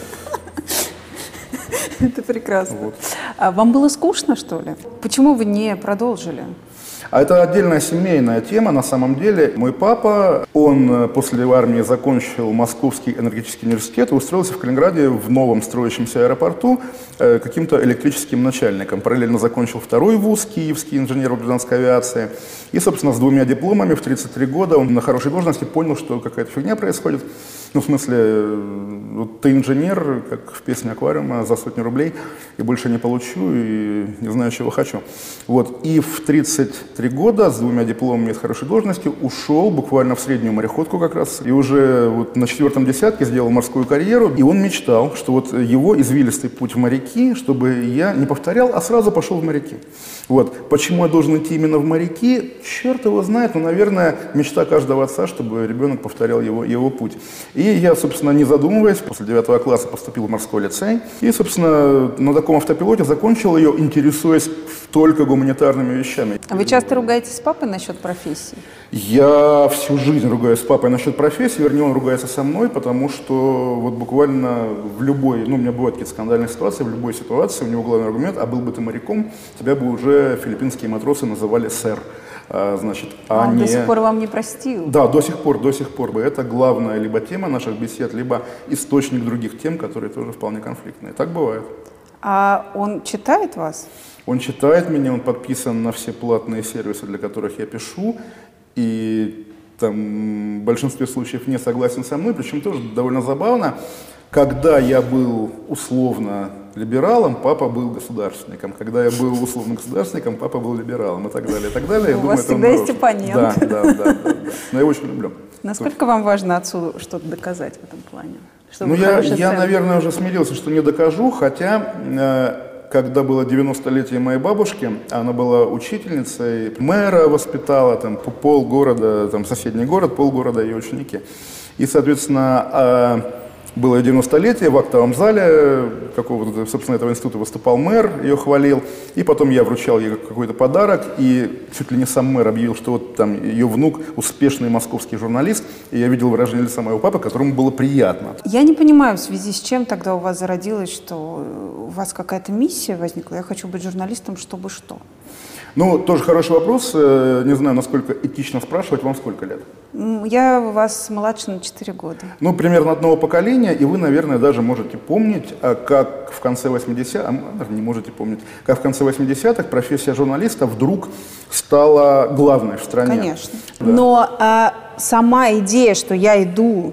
Speaker 8: Это прекрасно. Вот. А вам было скучно, что ли? Почему вы не продолжили?
Speaker 4: А это отдельная семейная тема, на самом деле. Мой папа, он после армии закончил Московский энергетический университет и устроился в Калининграде в новом строящемся аэропорту каким-то электрическим начальником. Параллельно закончил второй вуз, Киевский инженер-гражданской авиации. И, собственно, с 2 дипломами в 33 года он на хорошей должности понял, что какая-то фигня происходит. Ну, в смысле, вот ты инженер, как в песне «Аквариума», за 100 рублей, и больше не получу, и не знаю, чего хочу. Вот. И в 33 года с 2 дипломами с хорошей должностью ушел буквально в среднюю мореходку как раз, и уже вот на 4-м десятке сделал морскую карьеру, и он мечтал, что вот его извилистый путь в моряки, чтобы я не повторял, а сразу пошел в моряки. Вот. Почему я должен идти именно в моряки, черт его знает, но, наверное, мечта каждого отца, чтобы ребенок повторял его путь. И я, собственно, не задумываясь, после 9 класса поступил в морской лицей, и, собственно, на таком автопилоте закончил ее, интересуясь только гуманитарными вещами.
Speaker 8: А вы часто ругаетесь с папой насчет профессии?
Speaker 4: Я всю жизнь ругаюсь с папой насчет профессии, вернее, он ругается со мной, потому что вот буквально в любой, ну, у меня бывают какие-то скандальные ситуации, в любой ситуации у него главный аргумент: а был бы ты моряком, тебя бы уже филиппинские матросы называли сэр. Значит,
Speaker 8: он до сих пор вам не простил?
Speaker 4: Да, до сих пор. Это главная либо тема наших бесед, либо источник других тем, которые тоже вполне конфликтные. Так бывает.
Speaker 8: А он читает вас?
Speaker 4: Он читает меня, он подписан на все платные сервисы, для которых я пишу, и там в большинстве случаев не согласен со мной, причем тоже довольно забавно. Когда я был условно либералом, папа был государственником. Когда я был условно государственником, папа был либералом и так далее, и так далее.
Speaker 8: У вас всегда есть оппонент.
Speaker 4: Да. Но я очень люблю.
Speaker 8: Насколько вам важно отцу что-то доказать в этом плане?
Speaker 4: Ну, я, наверное, уже смирился, что не докажу, хотя, когда было 90-летие моей бабушки, она была учительницей, мэра воспитала, там, полгорода, там, соседний город, полгорода ее ученики. И, соответственно, было 90-летие, в актовом зале какого-то, собственно, этого института выступал мэр, ее хвалил, и потом я вручал ей какой-то подарок, и чуть ли не сам мэр объявил, что вот там ее внук успешный московский журналист, и я видел выражение лица моего папы, которому было приятно.
Speaker 8: Я не понимаю, в связи с чем тогда у вас зародилось, что у вас какая-то миссия возникла, я хочу быть журналистом, чтобы что?
Speaker 4: Ну, тоже хороший вопрос. Не знаю, насколько этично спрашивать. Вам сколько лет?
Speaker 8: Я вас младше на 4 года.
Speaker 4: Ну, примерно одного поколения, и вы, наверное, даже можете помнить, как в конце 80-х, даже не можете помнить, как в конце 80-х профессия журналиста вдруг стала главной в стране.
Speaker 8: Конечно.
Speaker 4: Да.
Speaker 8: Но сама идея, что я иду,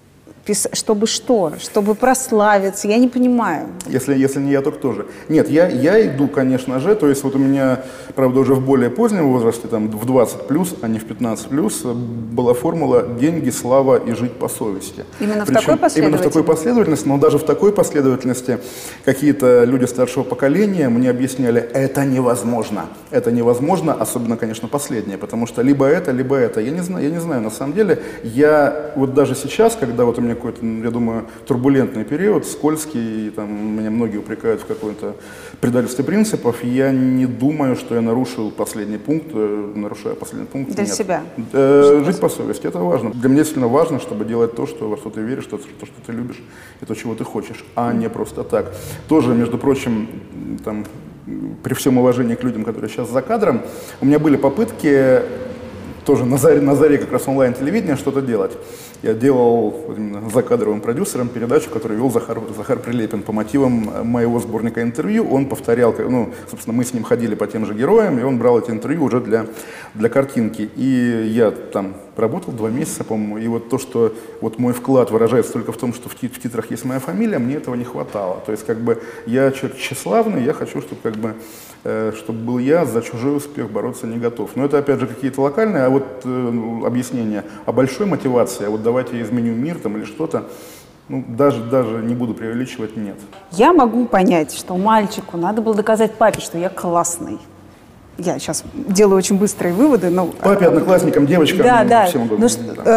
Speaker 8: чтобы что? Чтобы прославиться? Я не понимаю.
Speaker 4: Если не я, то кто же? Нет, я иду, конечно же, то есть вот у меня, правда, уже в более позднем возрасте, там в 20+, а не в 15+, была формула «деньги, слава и жить по совести».
Speaker 8: Именно в такой последовательности?
Speaker 4: Именно в такой последовательности, но даже в такой последовательности какие-то люди старшего поколения мне объясняли: это невозможно. Это невозможно, особенно, конечно, последнее, потому что либо это, либо это. Я не знаю, на самом деле, я вот даже сейчас, когда вот у меня какой-то, я думаю, турбулентный период, скользкий, там, меня многие упрекают в каком-то предательстве принципов, я не думаю, что я нарушил последний пункт, нарушаю последний пункт.
Speaker 8: Для себя?
Speaker 4: Жить по совести, это важно. Для меня действительно важно, чтобы делать то, во что ты веришь, то, что ты любишь, и то, чего ты хочешь, а не просто так. Тоже, между прочим, там, при всем уважении к людям, которые сейчас за кадром, у меня были попытки тоже на заре как раз онлайн-телевидения что-то делать. Я делал именно закадровым продюсером передачу, которую вел Захар Прилепин по мотивам моего сборника интервью. Он повторял, ну, собственно, мы с ним ходили по тем же героям, и он брал эти интервью уже для картинки. И я там работал 2 месяца, по-моему, и вот то, что вот мой вклад выражается только в том, что в титрах есть моя фамилия, мне этого не хватало. То есть, как бы, я человек тщеславный, я хочу, чтобы, как бы, чтобы был я, за чужой успех бороться не готов. Но это, опять же, какие-то локальные, а вот объяснения о большой мотивации, а вот давайте я изменю мир там или что-то, ну, даже не буду преувеличивать, нет.
Speaker 8: Я могу понять, что мальчику надо было доказать папе, что я классный. Я сейчас делаю очень быстрые выводы, но...
Speaker 4: Папе, одноклассникам, девочкам,
Speaker 8: да.
Speaker 4: всем могу.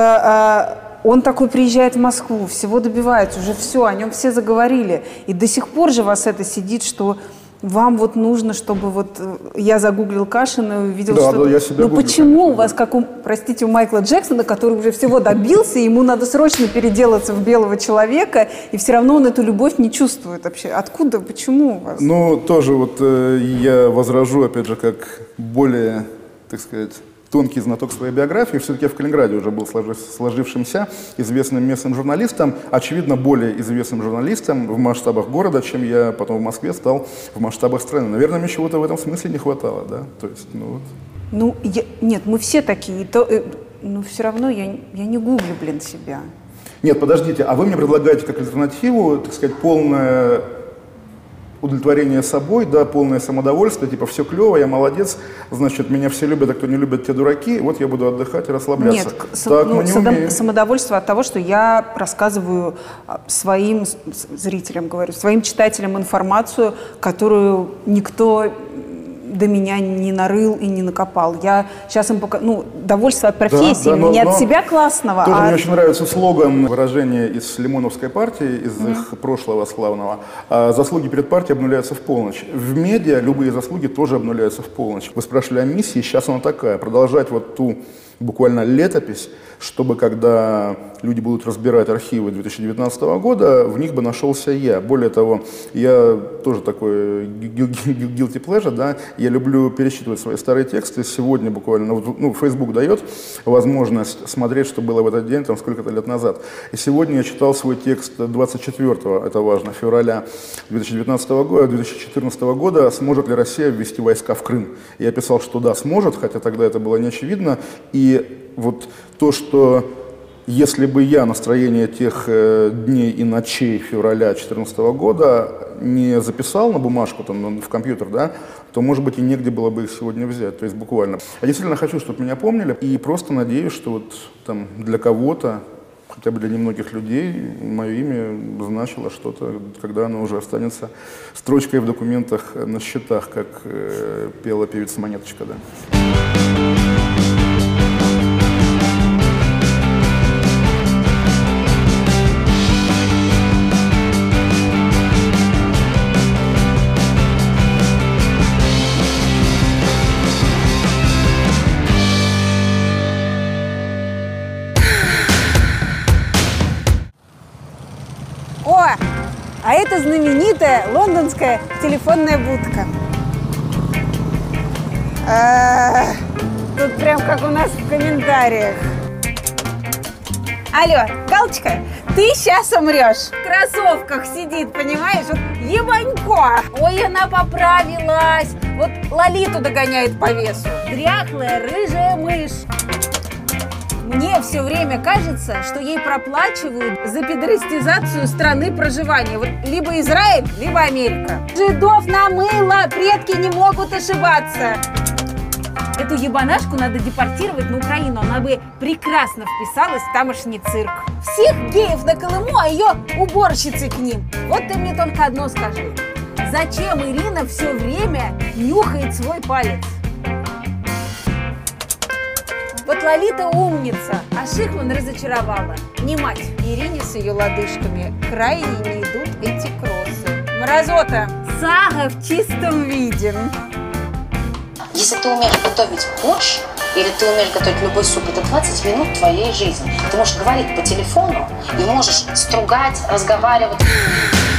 Speaker 8: Он такой приезжает в Москву, всего добивается, уже все, о нем все заговорили. И до сих пор же вас это сидит, что вам вот нужно, чтобы вот... Я загуглил Кашина и увидел, что...
Speaker 4: Да, я себя
Speaker 8: ну
Speaker 4: гуглю,
Speaker 8: почему
Speaker 4: конечно,
Speaker 8: у вас, как у, простите, у Майкла Джексона, который уже всего добился, ему надо срочно переделаться в белого человека, и все равно он эту любовь не чувствует вообще? Откуда, почему у вас?
Speaker 4: Ну, тоже вот я возражу, опять же, как более, так сказать, тонкий знаток своей биографии. Все-таки я в Калининграде уже был сложившимся известным местным журналистом, очевидно, более известным журналистом в масштабах города, чем я потом в Москве стал в масштабах страны. Наверное, мне чего-то в этом смысле не хватало, да? То есть, ну вот.
Speaker 8: Ну, нет, мы все такие, но все равно я не гуглю, себя.
Speaker 4: Нет, подождите, а вы мне предлагаете как альтернативу, так сказать, полное удовлетворение собой, да, полное самодовольствие, типа все клево, я молодец, значит, меня все любят, а кто не любит, те дураки, вот я буду отдыхать и расслабляться.
Speaker 8: Нет, самодовольство от того, что я рассказываю своим зрителям, говорю, своим читателям информацию, которую никто до меня не нарыл и не накопал. Я сейчас им покажу, довольство от профессии, не от себя классного.
Speaker 4: Тоже мне очень нравится слоган, выражение из Лимоновской партии, из их прошлого славного. Заслуги перед партией обнуляются в полночь. В медиа любые заслуги тоже обнуляются в полночь. Вы спрашивали о миссии, сейчас она такая. Продолжать вот ту буквально летопись, чтобы когда люди будут разбирать архивы 2019 года, в них бы нашелся я. Более того, я тоже такой guilty pleasure, да, я люблю пересчитывать свои старые тексты. Сегодня буквально, Facebook дает возможность смотреть, что было в этот день, там, сколько-то лет назад. И сегодня я читал свой текст 24-го, это важно, февраля 2014 года, сможет ли Россия ввести войска в Крым. Я писал, что да, сможет, хотя тогда это было не очевидно. И вот то, что если бы я настроение тех дней и ночей февраля 2014 года не записал на бумажку, там, в компьютер, да, то, может быть, и негде было бы их сегодня взять. То есть буквально. Я действительно хочу, чтобы меня помнили, и просто надеюсь, что вот там для кого-то, хотя бы для немногих людей, мое имя значило что-то, когда оно уже останется строчкой в документах на счетах, как пела певица Монеточка, да.
Speaker 8: А это знаменитая лондонская телефонная будка. Тут прям как у нас в комментариях. Алло, Галочка, ты сейчас умрешь. В кроссовках сидит, понимаешь? Вот ебанько. Ой, она поправилась. Вот Лолиту догоняет по весу. Дряхлая рыжая мышь. Мне все время кажется, что ей проплачивают за педерастизацию страны проживания. Вот либо Израиль, либо Америка. Жидов намыло, предки не могут ошибаться. Эту ебанашку надо депортировать на Украину. Она бы прекрасно вписалась в тамошний цирк. Всех геев на Колыму, а ее уборщицы к ним. Вот ты мне только одно скажи. Зачем Ирина все время нюхает свой палец? Вот Лолита умница, а Шихман разочаровала. Не мать. Ирине с ее лодыжками крайне не идут эти кроссы. Мразота. Сага в чистом виде.
Speaker 15: Если ты умеешь готовить борщ, или ты умеешь готовить любой суп, это 20 минут твоей жизни. Ты можешь говорить по телефону и можешь стругать, разговаривать.